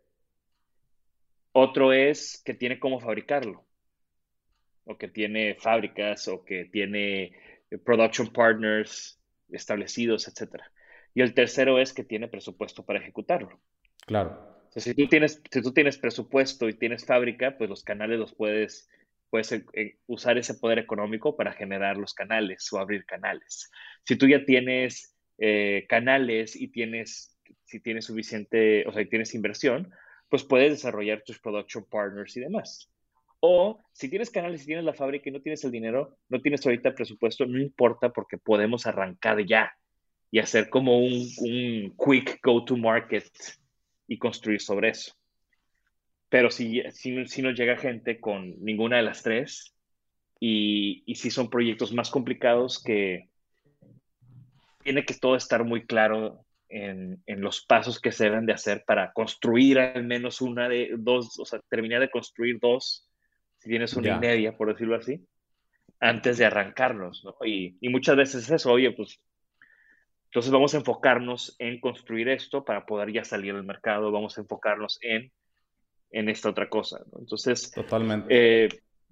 Otro es que tiene cómo fabricarlo, o que tiene fábricas, o que tiene production partners establecidos, etcétera. Y el tercero es que tiene presupuesto para ejecutarlo. claro, O sea, si tú tienes presupuesto y tienes fábrica, pues los canales puedes usar ese poder económico para generar los canales o abrir canales. Si tú ya tienes canales y si tienes suficiente, o sea, y tienes inversión, pues puedes desarrollar tus production partners y demás. O si tienes canales y tienes la fábrica y no tienes el dinero, no tienes ahorita presupuesto, no importa porque podemos arrancar ya y hacer como un quick go-to-market y construir sobre eso. Pero si nos llega gente con ninguna de las tres y si son proyectos más complicados que tiene que todo estar muy claro en los pasos que se deben de hacer para construir al menos una de dos, o sea, terminar de construir dos, si tienes una y Ya. media, por decirlo así, antes de arrancarnos, ¿no? Y muchas veces es eso, oye, pues entonces vamos a enfocarnos en construir esto para poder ya salir al mercado, vamos a enfocarnos en esta otra cosa, ¿no? Entonces, Totalmente. eh,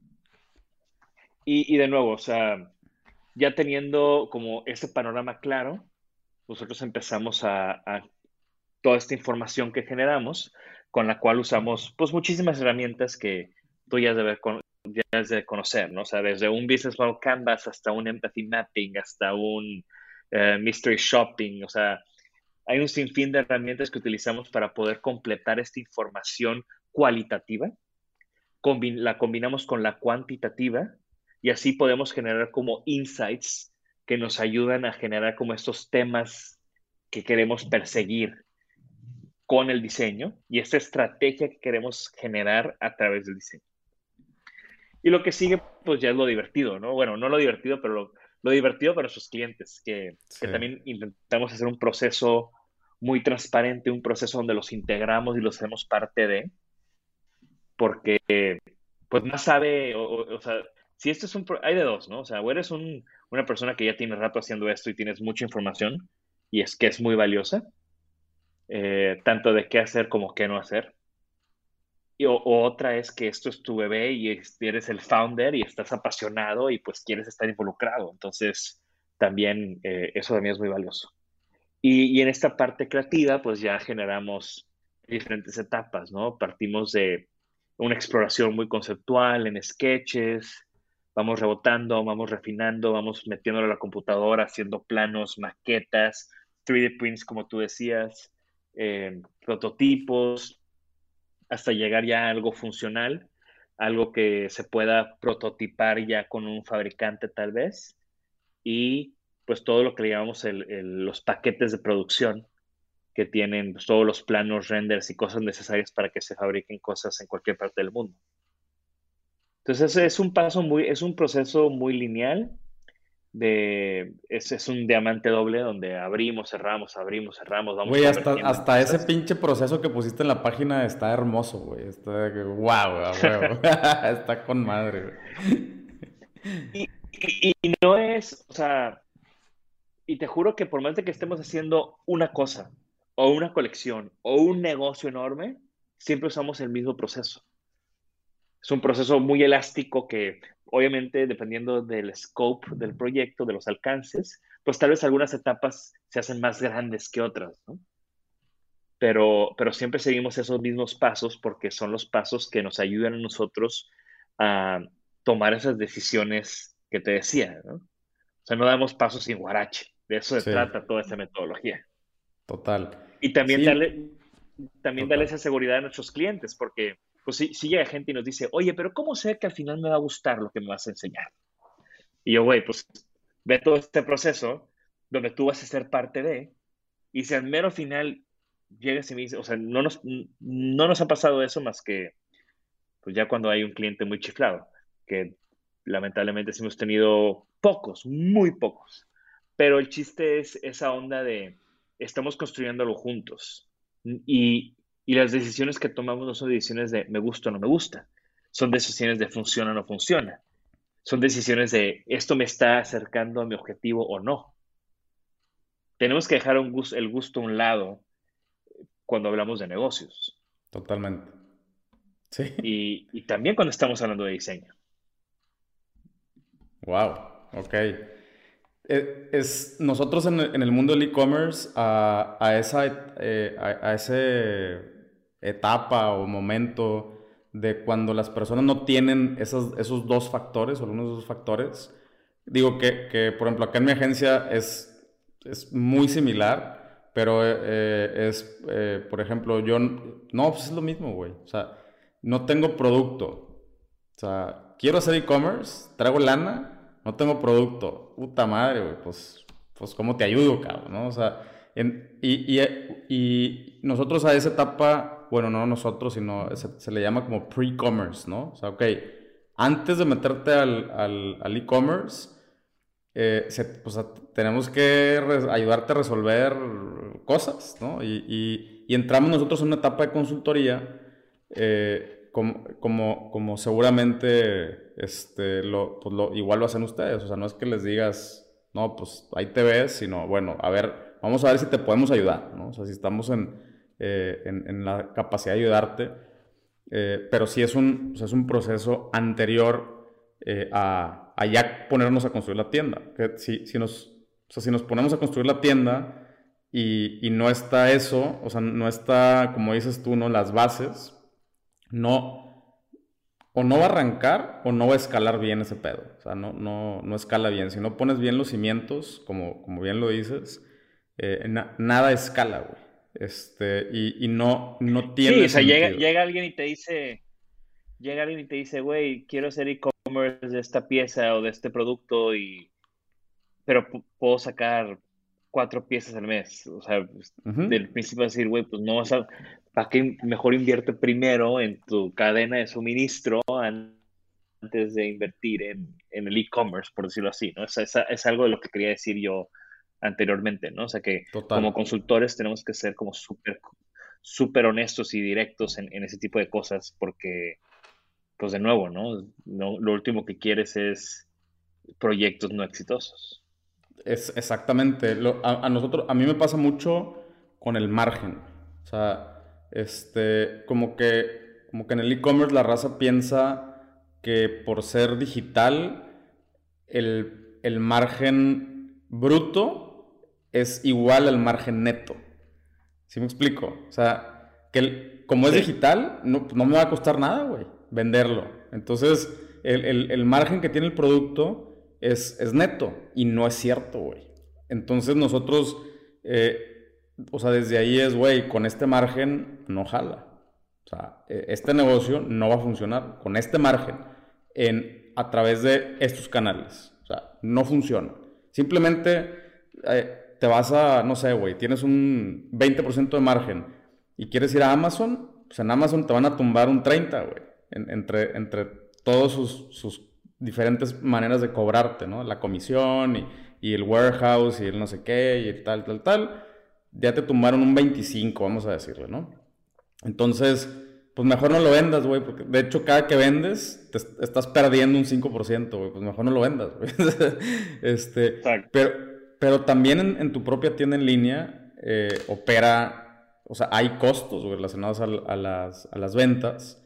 y de nuevo, o sea, ya teniendo como ese panorama claro, nosotros empezamos a toda esta información que generamos, con la cual usamos pues muchísimas herramientas que tú ya has de conocer, ¿no? O sea, desde un Business Model Canvas hasta un Empathy Mapping, hasta un Mystery Shopping, o sea, hay un sinfín de herramientas que utilizamos para poder completar esta información cualitativa, la combinamos con la cuantitativa y así podemos generar como insights que nos ayudan a generar como estos temas que queremos perseguir con el diseño y esta estrategia que queremos generar a través del diseño. Y lo que sigue, pues ya es lo divertido, ¿no? Bueno, no lo divertido, pero lo divertido para nuestros clientes, que Sí. también intentamos hacer un proceso muy transparente, un proceso donde los integramos y los hacemos parte de, porque pues más sabe, o sea, si esto es hay de dos, ¿no? O sea, o eres una persona que ya tiene rato haciendo esto y tienes mucha información y es que es muy valiosa, tanto de qué hacer como qué no hacer. O otra es que esto es tu bebé y eres el founder y estás apasionado y pues quieres estar involucrado. Entonces, también eso también es muy valioso. Y en esta parte creativa, pues ya generamos diferentes etapas, ¿no? Partimos de una exploración muy conceptual en sketches, vamos rebotando, vamos refinando, vamos metiéndolo a la computadora, haciendo planos, maquetas, 3D prints, como tú decías, prototipos, hasta llegar ya a algo funcional, algo que se pueda prototipar ya con un fabricante tal vez, y pues todo lo que le llamamos los paquetes de producción que tienen pues, todos los planos, renders y cosas necesarias para que se fabriquen cosas en cualquier parte del mundo. Entonces es un proceso muy lineal es un diamante doble donde abrimos, cerramos, vamos Güey, convertiendo en hasta ese piezas. pinche proceso que pusiste en la página está hermoso, güey. Está de que, wow, a huevo. Está con madre, güey. Y no es, o sea, y te juro que por más de que estemos haciendo una cosa, o una colección, o un negocio enorme, siempre usamos el mismo proceso. Es un proceso muy elástico que, obviamente, dependiendo del scope del proyecto, de los alcances, pues tal vez algunas etapas se hacen más grandes que otras, ¿no? Pero siempre seguimos esos mismos pasos porque son los pasos que nos ayudan a nosotros a tomar esas decisiones que te decía, ¿no? O sea, no damos pasos sin guarache. De eso se Sí, trata toda esta metodología. total. Y Sí, también darle total. esa seguridad a nuestros clientes, porque pues si llega gente y nos dice, oye, pero ¿cómo sé que al final me va a gustar lo que me vas a enseñar? Y yo, güey, pues ve todo este proceso donde tú vas a ser parte de, y si al mero final llegas y me dices, o sea, no nos ha pasado eso más que, pues ya cuando hay un cliente muy chiflado, que lamentablemente sí hemos tenido pocos, muy pocos. Pero el chiste es esa onda de estamos construyéndolo juntos. Y las decisiones que tomamos no son decisiones de me gusta o no me gusta. Son decisiones de funciona o no funciona. Son decisiones de esto me está acercando a mi objetivo o no. Tenemos que dejar el gusto a un lado cuando hablamos de negocios. Totalmente. Sí. Y también cuando estamos hablando de diseño. Wow. Ok. Nosotros en el mundo del e-commerce, a ese etapa o momento de cuando las personas no tienen esos dos factores o algunos de esos factores, digo por ejemplo, acá en mi agencia es muy similar, pero por ejemplo, no, pues es lo mismo, güey. O sea, no tengo producto. O sea, quiero hacer e-commerce, traigo lana, no tengo producto. Puta madre, güey, pues ¿cómo te ayudo, cabrón? ¿No? O sea, y nosotros a esa etapa, bueno, no nosotros, sino se le llama como pre-commerce, ¿no? O sea, ok, antes de meterte al e-commerce, o sea, tenemos que ayudarte a resolver cosas, ¿no? Y entramos nosotros en una etapa de consultoría, como seguramente igual lo hacen ustedes. O sea, no es que les digas, no, pues ahí te ves, sino, bueno, a ver, vamos a ver si te podemos ayudar, ¿no? O sea, si estamos en la capacidad de ayudarte. Pero sí o sea, es un proceso anterior a ya ponernos a construir la tienda. Que o sea, si nos ponemos a construir la tienda y no está eso, o sea, no está, como dices tú, ¿no? Las bases, no, o no va a arrancar o no va a escalar bien ese pedo. O sea, no escala bien. Si no pones bien los cimientos, como bien lo dices, nada escala, güey. Y no Sí, tiene o sea, sentido. llega alguien y te dice, güey, quiero hacer e-commerce de esta pieza o de este producto pero puedo sacar 4 piezas al mes. O sea, pues, Ujú. del principio decir, güey, pues no vas a, ¿para qué mejor invierte primero en tu cadena de suministro antes de invertir en el e-commerce, por decirlo así, ¿no? Es algo de lo que quería decir yo anteriormente, ¿no? O sea, que Total. como consultores tenemos que ser como súper honestos y directos en ese tipo de cosas, porque, pues de nuevo, ¿no? Lo último que quieres es proyectos no exitosos. Es exactamente. A mí me pasa mucho con el margen. O sea, como que en el e-commerce la raza piensa que por ser digital, el margen bruto es igual al margen neto. ¿Sí me explico? O sea, como es Sí. digital, no me va a costar nada, güey, venderlo. Entonces, el margen que tiene el producto es neto y no es cierto, güey. Entonces, nosotros, o sea, desde ahí es, güey, con este margen no jala. O sea, este negocio no va a funcionar con este margen a través de estos canales. O sea, no funciona. Simplemente te vas a, no sé, güey, tienes un 20% de margen y quieres ir a Amazon, pues en Amazon te van a tumbar un 30, güey, entre todos sus diferentes maneras de cobrarte, ¿no? La comisión y el warehouse y el no sé qué y el tal. Ya te tumbaron un 25, vamos a decirle, ¿no? Entonces, pues mejor no lo vendas, güey, porque de hecho cada que vendes estás perdiendo un 5%, güey, pues mejor no lo vendas, güey. Exacto. Pero, pero también en tu propia tienda en línea o sea, hay costos, güey, relacionados a las ventas,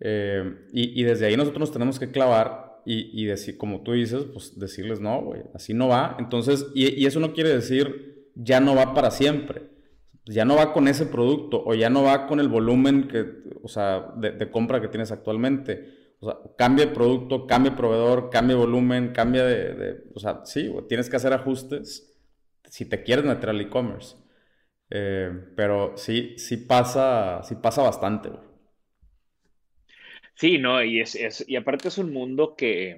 y desde ahí nosotros nos tenemos que clavar y decir, como tú dices, pues decirles, no, güey, así no va. Entonces, y eso no quiere decir ya no va para siempre, ya no va con ese producto o ya no va con el volumen o sea, de compra que tienes actualmente. O sea, cambia de producto, cambia de proveedor, cambia de volumen, cambia o sea, sí, güey, tienes que hacer ajustes si te quieres meter al e-commerce. Pero sí pasa bastante, güey. Sí, no, y aparte es un mundo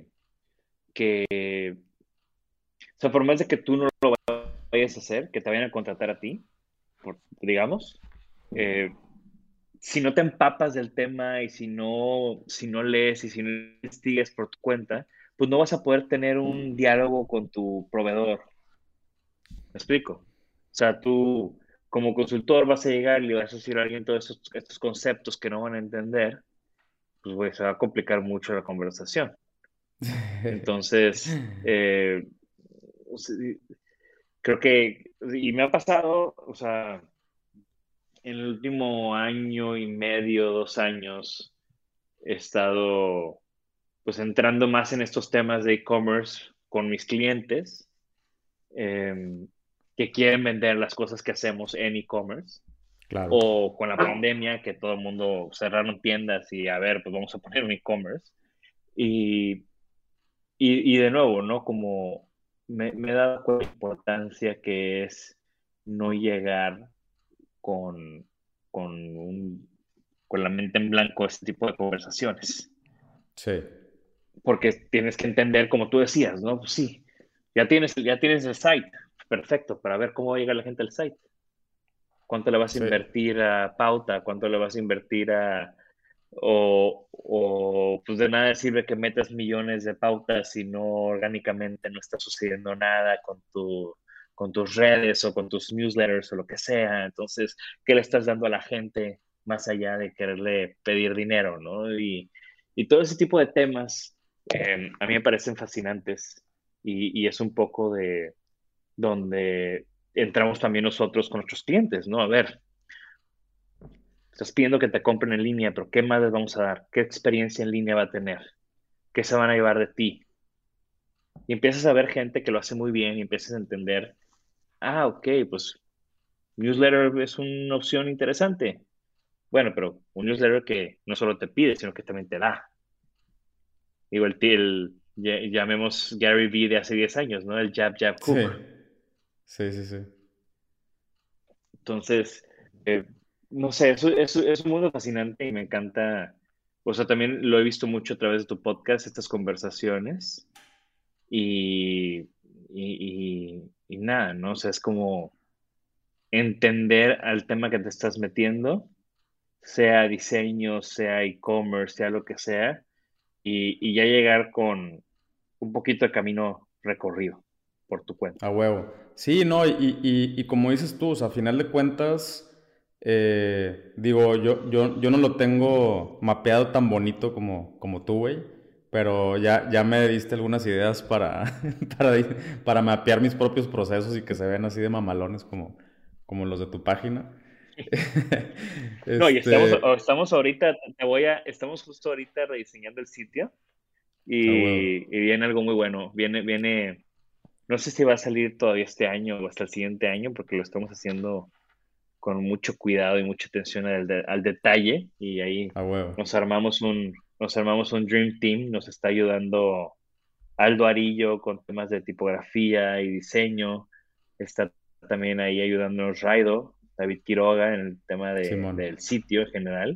o sea, por más de que tú no lo vayas a hacer, que te vayan a contratar a ti, digamos, eh, si no te empapas del tema y si no lees y si no investigas por tu cuenta, pues no vas a poder tener un diálogo con tu proveedor. ¿Me explico? O sea, tú como consultor vas a llegar y le vas a decir a alguien todos estos conceptos que no van a entender, pues güey, se va a complicar mucho la conversación. Entonces, o sea, creo que, y me ha pasado, o sea, en el último año y medio, 2 años, he estado pues entrando más en estos temas de e-commerce con mis clientes eh, que quieren vender las cosas que hacemos en e-commerce Claro. o con la pandemia que todo el mundo cerraron tiendas y a ver, pues vamos a poner un e-commerce. Y, y de nuevo, ¿no? Como me he dado cuenta de la importancia que es no llegar con, con, un, con la mente en blanco a este tipo de conversaciones. Sí. Porque tienes que entender, como tú decías, ¿no? Pues sí, ya tienes el site, perfecto, para ver cómo llega la gente al site. ¿Cuánto le vas a Sí. invertir a pauta? ¿Cuánto le vas a invertir o pues de nada sirve que metas millones de pautas si no orgánicamente no está sucediendo nada con tus redes o con tus newsletters o lo que sea. Entonces, ¿qué le estás dando a la gente más allá de quererle pedir dinero, ¿no? Y todo ese tipo de temas a mí me parecen fascinantes y es un poco de donde entramos también nosotros con nuestros clientes, ¿no? A ver, estás pidiendo que te compren en línea, pero ¿qué más les vamos a dar? ¿Qué experiencia en línea va a tener? ¿Qué se van a llevar de ti? Y empiezas a ver gente que lo hace muy bien y empiezas a entender, ok, pues newsletter es una opción interesante. Bueno, pero un newsletter que no solo te pide, sino que también te da. Digo, llamemos Gary Vee de hace 10 años, ¿no? El jab, jab, Sí, cook. sí, sí, sí. Entonces, eh, no sé, es un mundo fascinante y me encanta. O sea, también lo he visto mucho a través de tu podcast, estas conversaciones. Y nada, ¿no? O sea, es como entender al tema que te estás metiendo, sea diseño, sea e-commerce, sea lo que sea, y ya llegar con un poquito de camino recorrido por tu cuenta. A huevo. Sí, no, y como dices tú, o sea, a final de cuentas, digo, yo no lo tengo mapeado tan bonito como tú, güey, pero ya me diste algunas ideas para, para mapear mis propios procesos y que se vean así de mamalones como los de tu página. No, y Este, estamos ahorita, estamos justo ahorita rediseñando el sitio a huevo. y viene algo muy bueno. Viene, no sé si va a salir todavía este año o hasta el siguiente año, porque lo estamos haciendo con mucho cuidado y mucha atención al detalle. Y ahí A huevo. nos armamos un Dream Team. Nos está ayudando Aldo Arillo con temas de tipografía y diseño. Está también ahí ayudándonos Raido, David Quiroga, en el tema Simón. del sitio en general.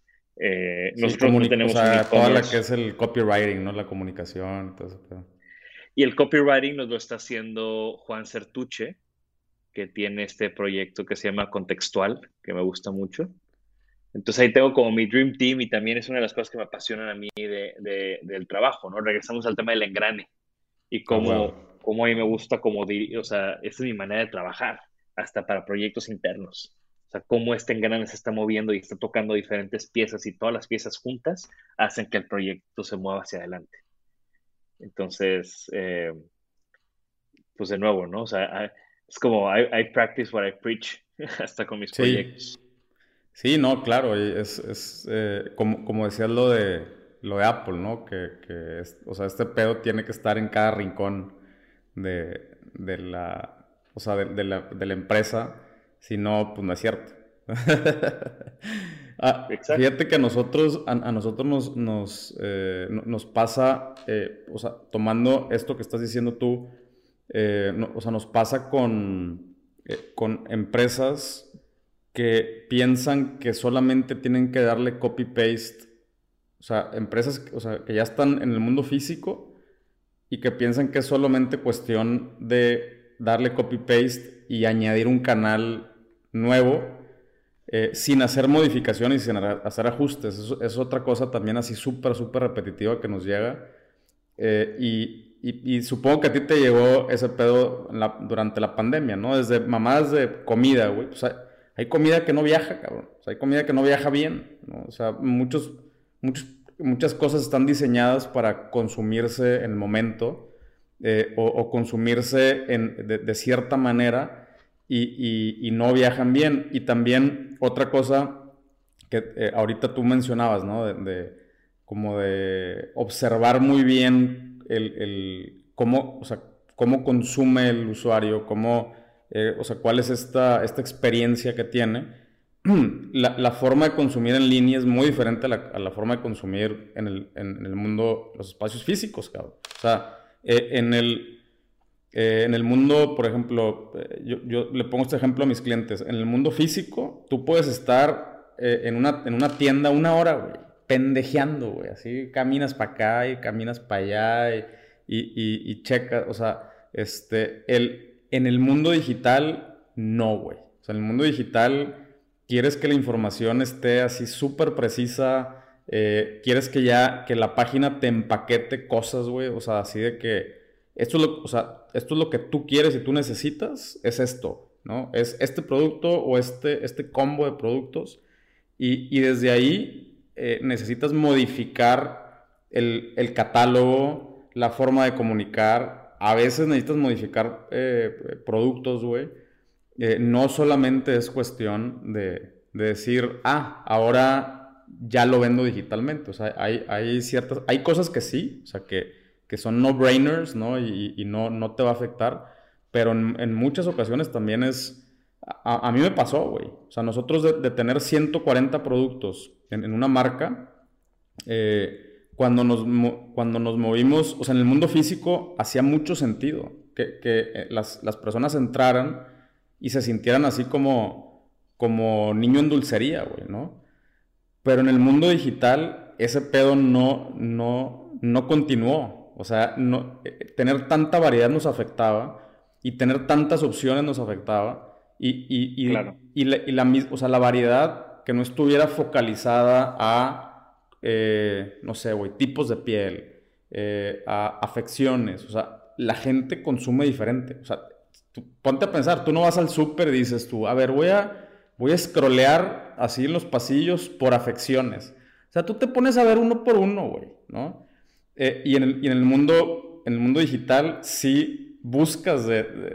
Sí, Nosotros no o tenemos un sea, toda la que e-commerce es el copywriting, ¿no? La comunicación, todo eso. y el copywriting nos lo está haciendo Juan Certuche, que tiene este proyecto que se llama Contextual, que me gusta mucho. Entonces ahí tengo como mi Dream Team y también es una de las cosas que me apasionan a mí del trabajo, ¿no? Regresamos al tema del engrane y A huevo. cómo a mí me gusta, o sea, esa es mi manera de trabajar, hasta para proyectos internos. O sea, cómo este engrane se está moviendo y está tocando diferentes piezas y todas las piezas juntas hacen que el proyecto se mueva hacia adelante. Entonces, pues de nuevo, ¿no? O sea, es como I practice what I preach, hasta con mis Sí, proyectos. sí, no, claro, y como decías lo de Apple, ¿no? O sea, este pedo tiene que estar en cada rincón de la, o sea, de la empresa, si no, pues no es cierto. Exacto. Fíjate que a nosotros nos pasa, o sea, tomando esto que estás diciendo tú, o sea, nos pasa con empresas que piensan que solamente tienen que darle copy-paste, o sea, empresas o sea, que ya están en el mundo físico y que piensan que es solamente cuestión de darle copy-paste y añadir un canal nuevo sin hacer modificaciones y sin hacer ajustes. Eso es otra cosa también así súper, súper repetitiva que nos llega. Y supongo que a ti te llegó ese pedo durante la pandemia, ¿no? Desde mamadas de comida, güey. O sea, hay comida que no viaja, cabrón. O sea, hay comida que no viaja bien, ¿no? O sea, muchas cosas están diseñadas para consumirse en el momento o consumirse de cierta manera y no viajan bien. Y también otra cosa que ahorita tú mencionabas, ¿no? Como de observar muy bien cómo, o sea, cómo consume el usuario, o sea, cuál es esta experiencia que tiene. La forma de consumir en línea es muy diferente a la forma de consumir en el mundo, los espacios físicos, cabrón. O sea, en el mundo, por ejemplo, yo le pongo este ejemplo a mis clientes. En el mundo físico, tú puedes estar en una tienda una hora, güey, pendejeando, güey. Así caminas para acá y caminas para allá y checas. O sea, en el mundo digital, no, güey. O sea, en el mundo digital, quieres que la información esté así súper precisa, quieres que la página te empaquete cosas, güey. O sea, así de que o sea, esto es lo que tú quieres y tú necesitas, es esto, ¿no? Es este producto o este combo de productos. Y desde ahí necesitas modificar el catálogo, la forma de comunicar. A veces necesitas modificar productos, güey. No solamente es cuestión de decir, ahora ya lo vendo digitalmente. O sea, hay cosas que sí, o sea, que son no-brainers, ¿no? Y no te va a afectar. Pero en muchas ocasiones también a mí me pasó, güey. O sea, nosotros de tener 140 productos en una marca, cuando nos movimos, o sea, en el mundo físico hacía mucho sentido que las personas entraran y se sintieran así como niño en dulcería, güey, ¿no? Pero en el mundo digital ese pedo no continuó. O sea, tener tanta variedad nos afectaba y tener tantas opciones nos afectaba Claro. o sea, la variedad que no estuviera focalizada no sé, güey, tipos de piel, a afecciones. O sea, la gente consume diferente. O sea, ponte a pensar, tú no vas al súper y dices tú, a ver, voy a scrollear así en los pasillos por afecciones. O sea, tú te pones a ver uno por uno, güey, ¿no? Y en el mundo digital sí buscas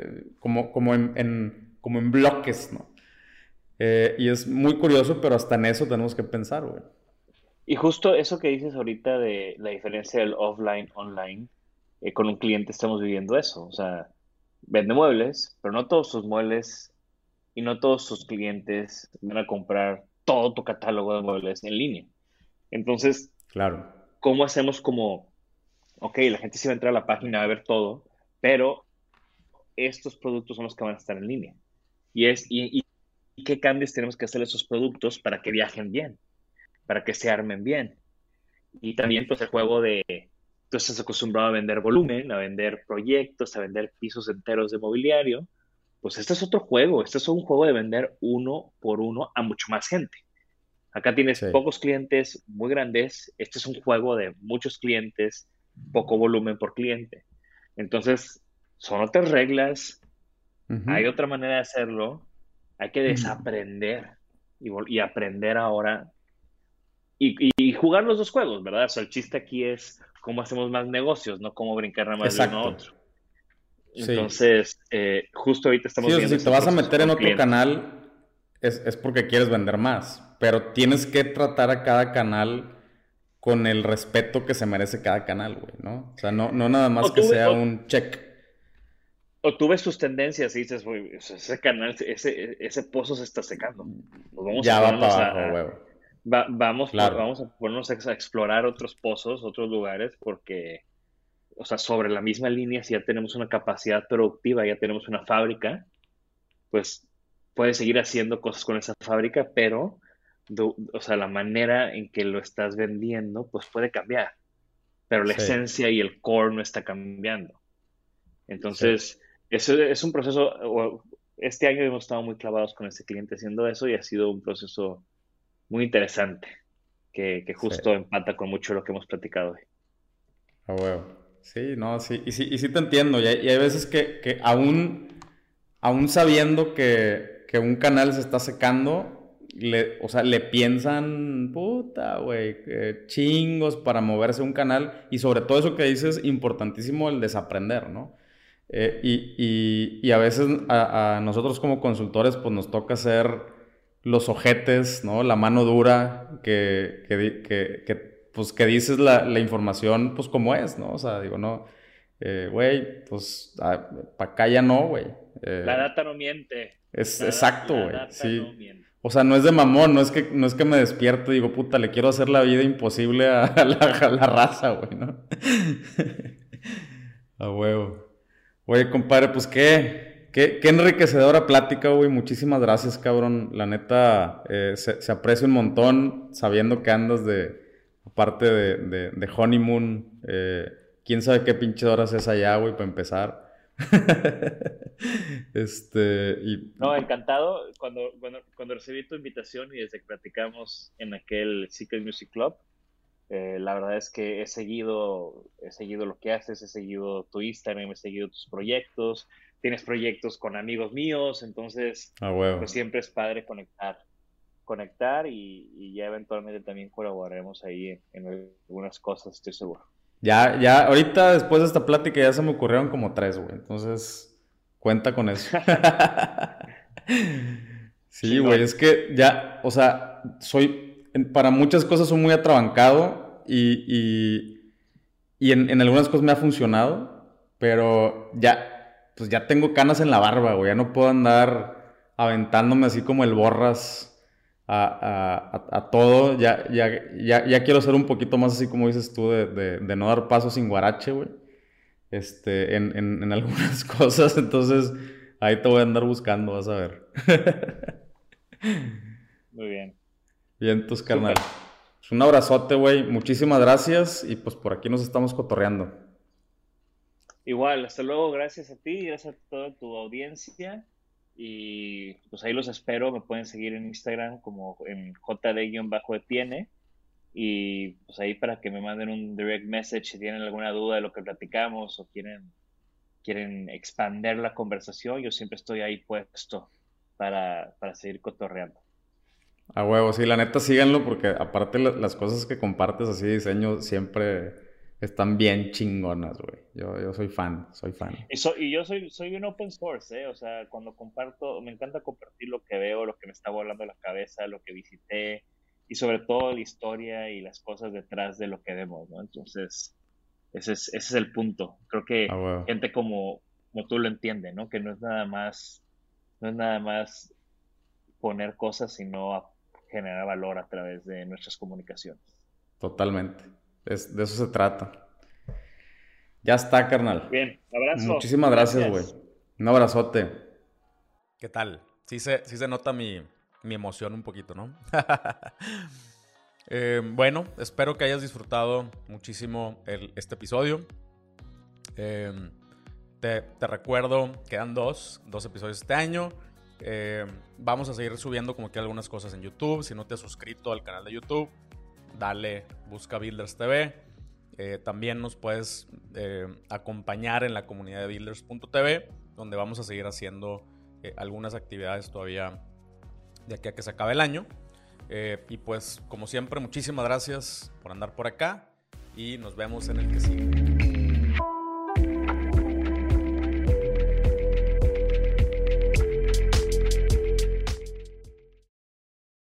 como en bloques, ¿no? Y es muy curioso, pero hasta en eso tenemos que pensar, güey. Y justo eso que dices ahorita de la diferencia del offline, online, con un cliente estamos viviendo eso. O sea, vende muebles, pero no todos sus muebles y no todos sus clientes van a comprar todo tu catálogo de muebles en línea. Entonces, Claro. ¿cómo hacemos como, ok, la gente sí va a entrar a la página a ver todo, pero estos productos son los que van a estar en línea? Y qué cambios tenemos que hacer a esos productos para que viajen bien, para que se armen bien. Y también pues el juego de, tú estás acostumbrado a vender volumen, a vender proyectos, a vender pisos enteros de mobiliario. Pues este es otro juego, este es un juego de vender uno por uno a mucho más gente. Acá tienes Sí. pocos clientes muy grandes, este es un juego de muchos clientes, poco volumen por cliente. Entonces, son otras reglas, hay Ujú. otra manera de hacerlo, hay que desaprender y aprender ahora y jugar los dos juegos, ¿verdad? O sea, el chiste aquí es cómo hacemos más negocios, no cómo brincar nada más de uno a Exacto. otro. Sí. Entonces, justo ahorita Sí, estamos o sea, viendo si te ese vas a proceso meter con en un otro cliente. canal, es porque quieres vender más. Pero tienes que tratar a cada canal con el respeto que se merece cada canal, güey, ¿no? O sea, no nada O más que tú, sea o, un check. o tú ves tus tendencias y dices, "Güey, o sea, ese canal, ese pozo se está secando. Pues vamos a Ya va para ponernos abajo, huevo. Claro. vamos a ponernos a explorar otros pozos, otros lugares, porque, o sea, sobre la misma línea, si ya tenemos una capacidad productiva, ya tenemos una fábrica, pues puedes seguir haciendo cosas con esa fábrica, pero, o sea, la manera en que lo estás vendiendo, pues puede cambiar, pero la Sí, esencia y el core no está cambiando. sí, Entonces, eso es un proceso, este año hemos estado muy clavados con este cliente haciendo eso y ha sido un proceso muy interesante, que sí. justo empata con mucho lo que hemos platicado hoy. A huevo. Sí, no, sí. Y sí te entiendo. Y hay veces que aún sabiendo que un canal se está secando, o sea, le piensan, puta, güey, chingos para moverse un canal. Y sobre todo eso que dices, importantísimo el desaprender, ¿no? Y a veces a nosotros como consultores, pues nos toca ser los ojetes, ¿no? La mano dura pues, que dices la información, pues como es, ¿no? O sea, digo, no, güey, pues para acá ya no, güey. La Eh, data no miente, es exacto, la güey, data no sí. miente. O sea, no es de mamón, no es que me despierto y digo, puta, le quiero hacer la vida imposible a la raza, güey, ¿no? A huevo. Oye, compadre, pues qué enriquecedora plática, güey. Muchísimas gracias, cabrón. La neta, se aprecia un montón sabiendo que andas aparte de honeymoon. Quién sabe qué pinche horas es allá, güey, para empezar. No, encantado. Cuando recibí tu invitación y desde que platicamos en aquel Secret Music Club, La verdad es que he seguido lo que haces, he seguido tu Instagram, he seguido tus proyectos, tienes proyectos con amigos míos, entonces, A huevo. pues siempre es padre conectar y ya eventualmente también colaboraremos ahí en algunas cosas, estoy seguro. Ya, ahorita después de esta plática ya se me ocurrieron como tres, güey. Entonces, cuenta con eso. Sí, güey, Chingón. es que ya, o sea, para muchas cosas soy muy atrabancado y en algunas cosas me ha funcionado, pero ya, pues ya tengo canas en la barba, güey, ya no puedo andar aventándome así como el borras a todo, ya quiero ser un poquito más así como dices tú, de no dar paso sin guarache, güey, en algunas cosas, entonces ahí te voy a andar buscando, vas a ver. Muy bien. Bien, tus carnal. Súper. Pues un abrazote, güey. Muchísimas gracias. Y pues por aquí nos estamos cotorreando. Igual, hasta luego, gracias a ti, gracias a toda tu audiencia. Y pues ahí los espero, me pueden seguir en Instagram como en jd-etienne. Y pues ahí para que me manden un direct message si tienen alguna duda de lo que platicamos o quieren expander la conversación, yo siempre estoy ahí puesto para seguir cotorreando. A huevo, sí, la neta síganlo porque aparte las cosas que compartes así de diseño siempre están bien chingonas, güey. Yo soy fan, soy fan. Y yo soy un open source, ¿eh? O sea, cuando comparto, me encanta compartir lo que veo, lo que me está volando la cabeza, lo que visité y sobre todo la historia y las cosas detrás de lo que vemos, ¿no? Entonces, ese es el punto. Creo A que huevo. gente como tú lo entiende, ¿no? Que no es nada más poner cosas, sino generar valor a través de nuestras comunicaciones. Totalmente. De eso se trata. Ya está, carnal. Bien, abrazo, Muchísimas gracias, güey. gracias. Un abrazote. ¿Qué tal? Sí se nota mi emoción un poquito, ¿no? Bueno, espero que hayas disfrutado muchísimo este episodio. Eh, te recuerdo, quedan dos episodios este año. Vamos a seguir subiendo como que algunas cosas en YouTube. Si no te has suscrito al canal de YouTube, dale, busca Builders TV. También nos puedes acompañar en la comunidad de Builders.tv, donde vamos a seguir haciendo algunas actividades todavía de aquí a que se acabe el año. Y pues, como siempre, muchísimas gracias por andar por acá y nos vemos en el que sigue.